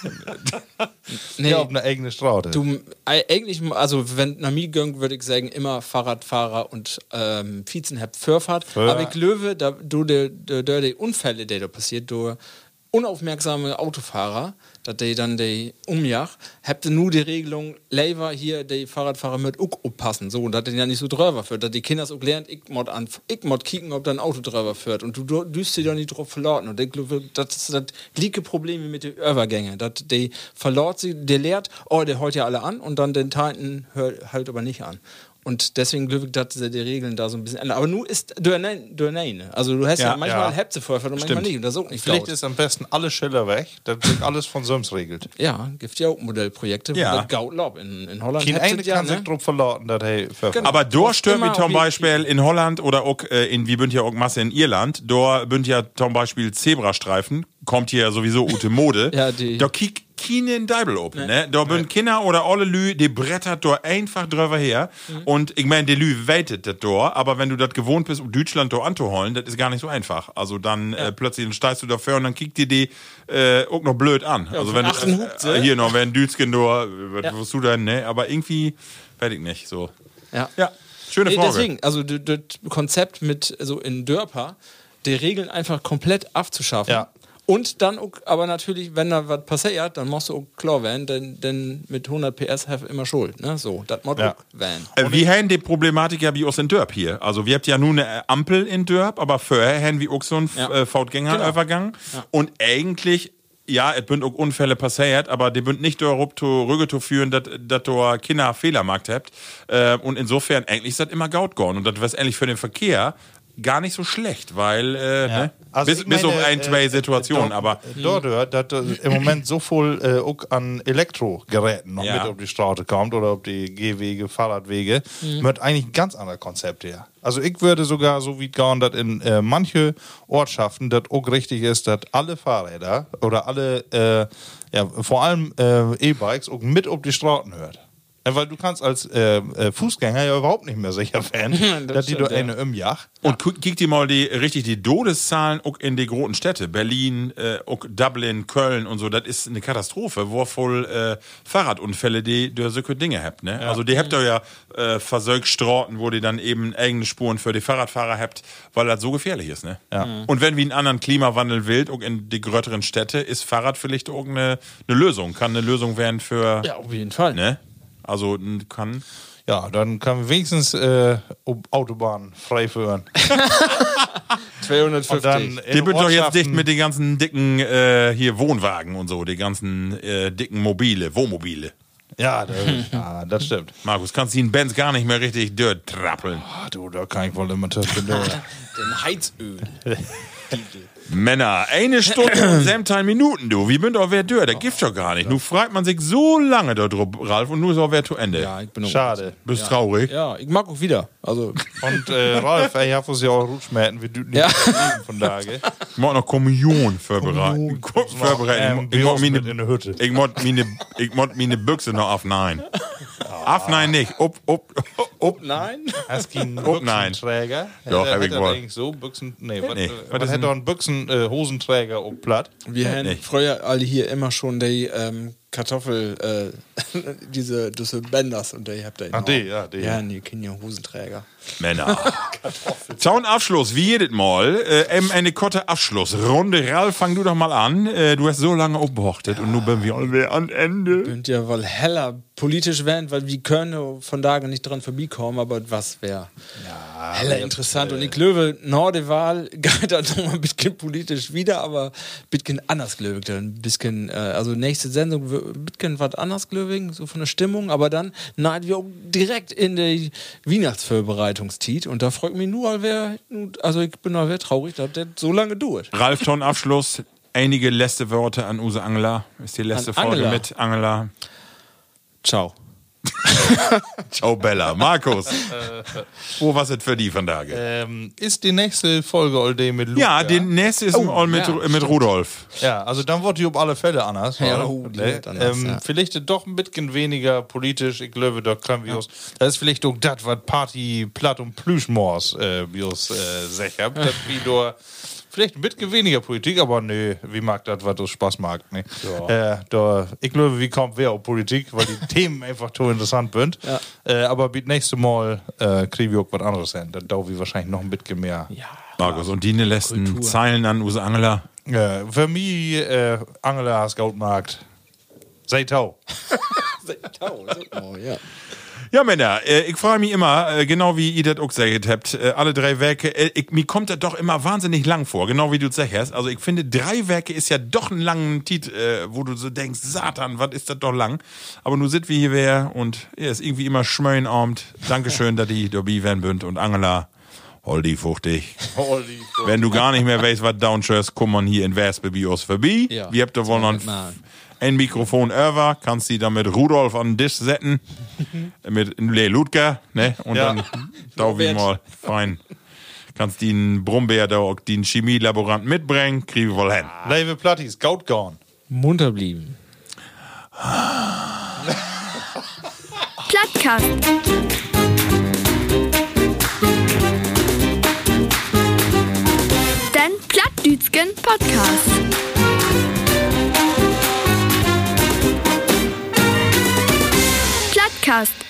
D: Nee.
C: Ja, auf eine eigene Straße.
D: Du, äh, eigentlich, also wenn nach mir ging, würde ich sagen, immer Fahrradfahrer und ähm, Vizen habt Fürfahrt.
C: Ja.
D: Aber ich glaube, da du die, die, die, die Unfälle, die da passiert, durch unaufmerksame Autofahrer, dass die dann die umjach, habt ihr nur die Regelung, Lever hier, die Fahrradfahrer mit auch aufpassen, so, und dass die ja nicht so drüber führt, dass die Kinder auch lernt, ich mod an, ich mod kicken, ob da ein Auto drüber führt, und du du- düst dich da nicht drauf verlauten, und ich glaube, das ist das gleiche Problem mit den Übergängen, dass die verlaut sie, der lehrt, oh, der heult ja alle an, und dann den Teilten hört halt aber nicht an. Und deswegen glaube ich, dass sie die Regeln da so ein bisschen ändern. Aber nur ist du nein, du nein. Also du hast ja,
C: Ja,
D: manchmal
C: ja.
D: habt sie Vorfahrt und manchmal
C: Stimmt.
D: nicht. Und das ist auch nicht
C: Vielleicht
D: laut.
C: ist am besten alle Schiller weg, dass sich alles von Söms regelt.
D: Ja, gibt ja auch Modellprojekte,
C: Ja.
D: wo das Gautlaub in, in Holland
C: Kein
D: habt
C: eine
D: ihr ja,
C: kann sich
D: ne?
C: drauf verlauten, dass hey,
D: Genau.
B: Aber da stört
D: Immer
B: mich zum
D: wie-
B: Beispiel in Holland oder auch äh, in, wie bünd ja auch Masse in Irland, da bünd ja zum Beispiel Zebrastreifen, kommt hier sowieso ute Mode.
D: Ja, die-
B: Da kiek keinen Deibel open, ne? Da bünd Kinder oder alle Lü, die brettert da einfach drüber her.
D: Mhm.
B: Und ich meine, die Lü weitet das da, aber wenn du das gewohnt bist, um Deutschland da anzuholen, das ist gar nicht so einfach. Also dann äh, plötzlich steigst du dafür und dann kickt dir die äh, auch noch blöd an.
D: Ja,
B: also
D: von
B: wenn
D: achten
B: du,
D: hupt
B: äh,
D: sie.
B: hier noch, wenn Dütschen da, äh, was
D: Ja.
B: wirst du dann, ne? Aber irgendwie, weiß ich nicht, so.
D: Ja.
B: Ja, schöne
D: Nee,
B: Frage.
D: deswegen, also d- das Konzept mit so in Dörper, die Regeln einfach komplett abzuschaffen.
C: Ja.
D: Und dann auch, aber natürlich, wenn da was passiert, dann musst du auch klar werden, denn, denn mit hundert P S have immer Schuld, ne? So, das muss
C: Ja.
D: auch werden.
B: Äh, wir haben die Problematik ja wie aus in Dörp hier. Also wir habt ja nur eine Ampel in Dörp, aber vorher haben wir auch so einen
D: Ja.
B: äh, Fautgängerübergang.
D: Ja.
B: Und eigentlich, ja, es bünd auch Unfälle passiert, aber die bünd nicht darauf Rüge zu führen, dass da Kinder Fehler gemacht habt. Äh, und insofern, eigentlich ist das immer gaut geworden. Und das wäre eigentlich für den Verkehr gar nicht so schlecht, weil, äh, ne?
C: Also
B: bis,
C: ich
B: bis auf
C: meine,
B: ein, zwei
C: äh,
B: Situationen,
C: dort-
B: aber
C: Dort hört, dass äh, im Moment so viel äh, auch an Elektrogeräten noch
B: Ja.
C: mit auf die Straße kommt oder auf die Gehwege, Fahrradwege,
D: Mhm.
C: wird eigentlich ein ganz anderes Konzept her. Also ich würde sogar so weit gehen, dass in äh, manche Ortschaften das auch richtig ist, dass alle Fahrräder oder alle, äh, ja, vor allem äh, E-Bikes auch mit auf die Straßen hört. Ja, weil du kannst als äh, äh, Fußgänger ja überhaupt nicht mehr sicher werden,
D: Das
C: dass die
D: stimmt,
C: da
D: ja.
C: eine im Jach.
B: Und gu- kick dir mal die richtig die Todeszahlen auch in die großen Städte, Berlin, äh, auch Dublin, Köln und so, das ist eine Katastrophe, wo voll äh, Fahrradunfälle, die die solche Dinge habt, ne? Also die habt ihr ja äh, versögt Straßen, wo die dann eben eigene Spuren für die Fahrradfahrer habt, weil das so gefährlich ist, ne?
C: Ja.
B: Mhm. Und wenn wir einen anderen Klimawandel will, auch in die größeren Städte, ist Fahrrad vielleicht auch eine, eine Lösung, kann eine Lösung werden für,
D: Ja, auf jeden Fall.
B: ne? Also n- kann
C: Ja, dann kann man wenigstens äh, um Autobahnen frei führen.
D: zweihundertfünfzig.
C: Und dann
B: Die
C: in
B: wird doch jetzt
C: Ortschaften-
B: dicht mit den ganzen dicken äh, hier Wohnwagen und so, die ganzen äh, dicken Mobile, Wohnmobile.
C: Ja, das, ja, das stimmt.
B: Markus, kannst du den Benz gar nicht mehr richtig dirt trappeln.
C: Ah, du, da kann ich wohl immer tüfteln.
D: Den Heizöl.
B: Männer, eine Stunde und siebzehn Minuten, du. Wie bünd auch wer dör? Der gibt doch gar nicht. Nu fragt man sich so lange da drauf, Ralf, und nu ist auch wer zu Ende.
D: Ja, ich bin auch-
C: Schade.
B: Bist
D: Ja.
B: traurig?
D: Ja, ich mag auch wieder. Also,
C: Und äh, Ralf, ey, ich hab uns ja auch Rutschmäten, wir düten
D: Ja.
C: nicht von Tage.
B: Ich muss noch Kommunion vorbereiten. Ko- vorbereiten.
C: Ähm,
B: Ich muss
C: mit
B: meine,
C: in der Hütte.
B: ich muss meine, ich muss meine Büchse noch aufnehmen. Aufnehmen nicht. Up, up, up.
D: nein.
C: Hast du einen
B: Oh, nein.
C: Büchsenträger?
B: Doch,
C: Hätte-
B: hab ich
C: hätte er
B: wohl.
C: eigentlich so, Büchsen, nee, was,
B: Nee,
C: äh,
B: was
C: man
B: ist
C: hätte
B: ein-
C: doch einen Büchsen, äh, Hosenträger auf platt.
D: Wir haben
B: nicht.
D: früher alle hier immer schon die ähm, Kartoffel, äh, diese, diese Bänders und die habt ihr
C: Ach,
D: noch.
C: die, ja, die.
D: Ja, die kennen ja Hosenträger.
B: Männer. Zaunabschluss, wie jedes Mal. Äh, eben eine korte Abschlussrunde. Ralf, fang du doch mal an. Äh, du hast so lange aufgehochtet und nun bin wir alle an Ende.
D: Könnt ja wohl heller politisch werden, weil wir können von da nicht dran vorbeikommen, aber was wäre heller interessant. Und ich glaube, Nordewahl geht da noch mal ein bisschen politisch wieder, aber ein bisschen anders, glaube ich. Ein bisschen, äh, also nächste Sendung wird ein bisschen was anders, glaube ich, so von der Stimmung, aber dann naht wir auch direkt in die Weihnachtsvorbereitungszeit und da freut mich nur, wer, also ich bin auch sehr traurig, dass das so lange dauert.
B: Ralf, Ton Abschluss. Einige letzte Worte an Use Angela. Ist die letzte
D: An
B: Folge
D: Angela.
B: mit Angela.
D: Ciao.
B: Ciao Bella. Markus, wo was es für die von da?
C: Ähm, ist die nächste Folge all day mit Luca?
B: Ja, die nächste ist
C: Oh,
B: all mit,
C: ja,
B: mit Rudolf.
C: Ja, also dann wird die auf alle Fälle anders.
D: Ja,
C: oder?
D: oh, die
C: Ne?
D: wird anders,
C: ähm,
D: ja.
C: Vielleicht doch ein bisschen weniger politisch. Ich glaube, da können wir uns. Das ist vielleicht auch das, was Party Platt und Plüschmors äh, wir uns äh, sicher. Das wie da vielleicht ein bisschen weniger Politik, aber nö, wie mag das, was uns Spaß mag. Ne?
B: Ja.
C: Äh, da, ich glaube, wie kommt wer auf Politik, weil die Themen einfach so interessant sind.
D: Ja.
C: Äh, aber bis nächste Mal äh, kriegen wir auch was anderes hin. Dann dauert wir wahrscheinlich noch ein bisschen mehr.
D: Ja.
B: Markus, und die letzten
D: Kultur.
B: Zeilen an Use Angela.
C: Äh, für mich, äh, Angela has Goldmarkt. Sei tau.
D: Oh, ja.
B: Ja, Männer, äh, ich freue mich immer, äh, genau wie ihr das auch gesagt habt, äh, alle drei Werke, äh, ich, mir kommt das doch immer wahnsinnig lang vor, genau wie du es sagst. Also ich finde, drei Werke ist ja doch ein langer Titel, äh, wo du so denkst, Satan, was ist das doch lang? Aber nun sind wir hier wer und er ist irgendwie immer schmöenarmt. Dankeschön, dass die dabei werden bünd und Angela, Holdi fuchtig.
C: Holdi fuchtig.
B: Wenn du gar nicht mehr weißt, was downschörst, komm man hier in Wespe bei uns vorbei.
D: Ja,
B: wir habt da wohl noch ein, ein Mikrofon over, kannst die dann mit Rudolf an den Tisch setzen, mit Le Ludger, ne? Und
C: Ja.
B: dann da wie mal fein. Kannst den Brummbär da auch den Chemielaborant mitbringen, kriegen wir wohl hin.
C: Leve Plattis, Gaut gone.
D: Munter blieben.
M: Plattkast. Den Plattdütschen Podcast. Plattkast.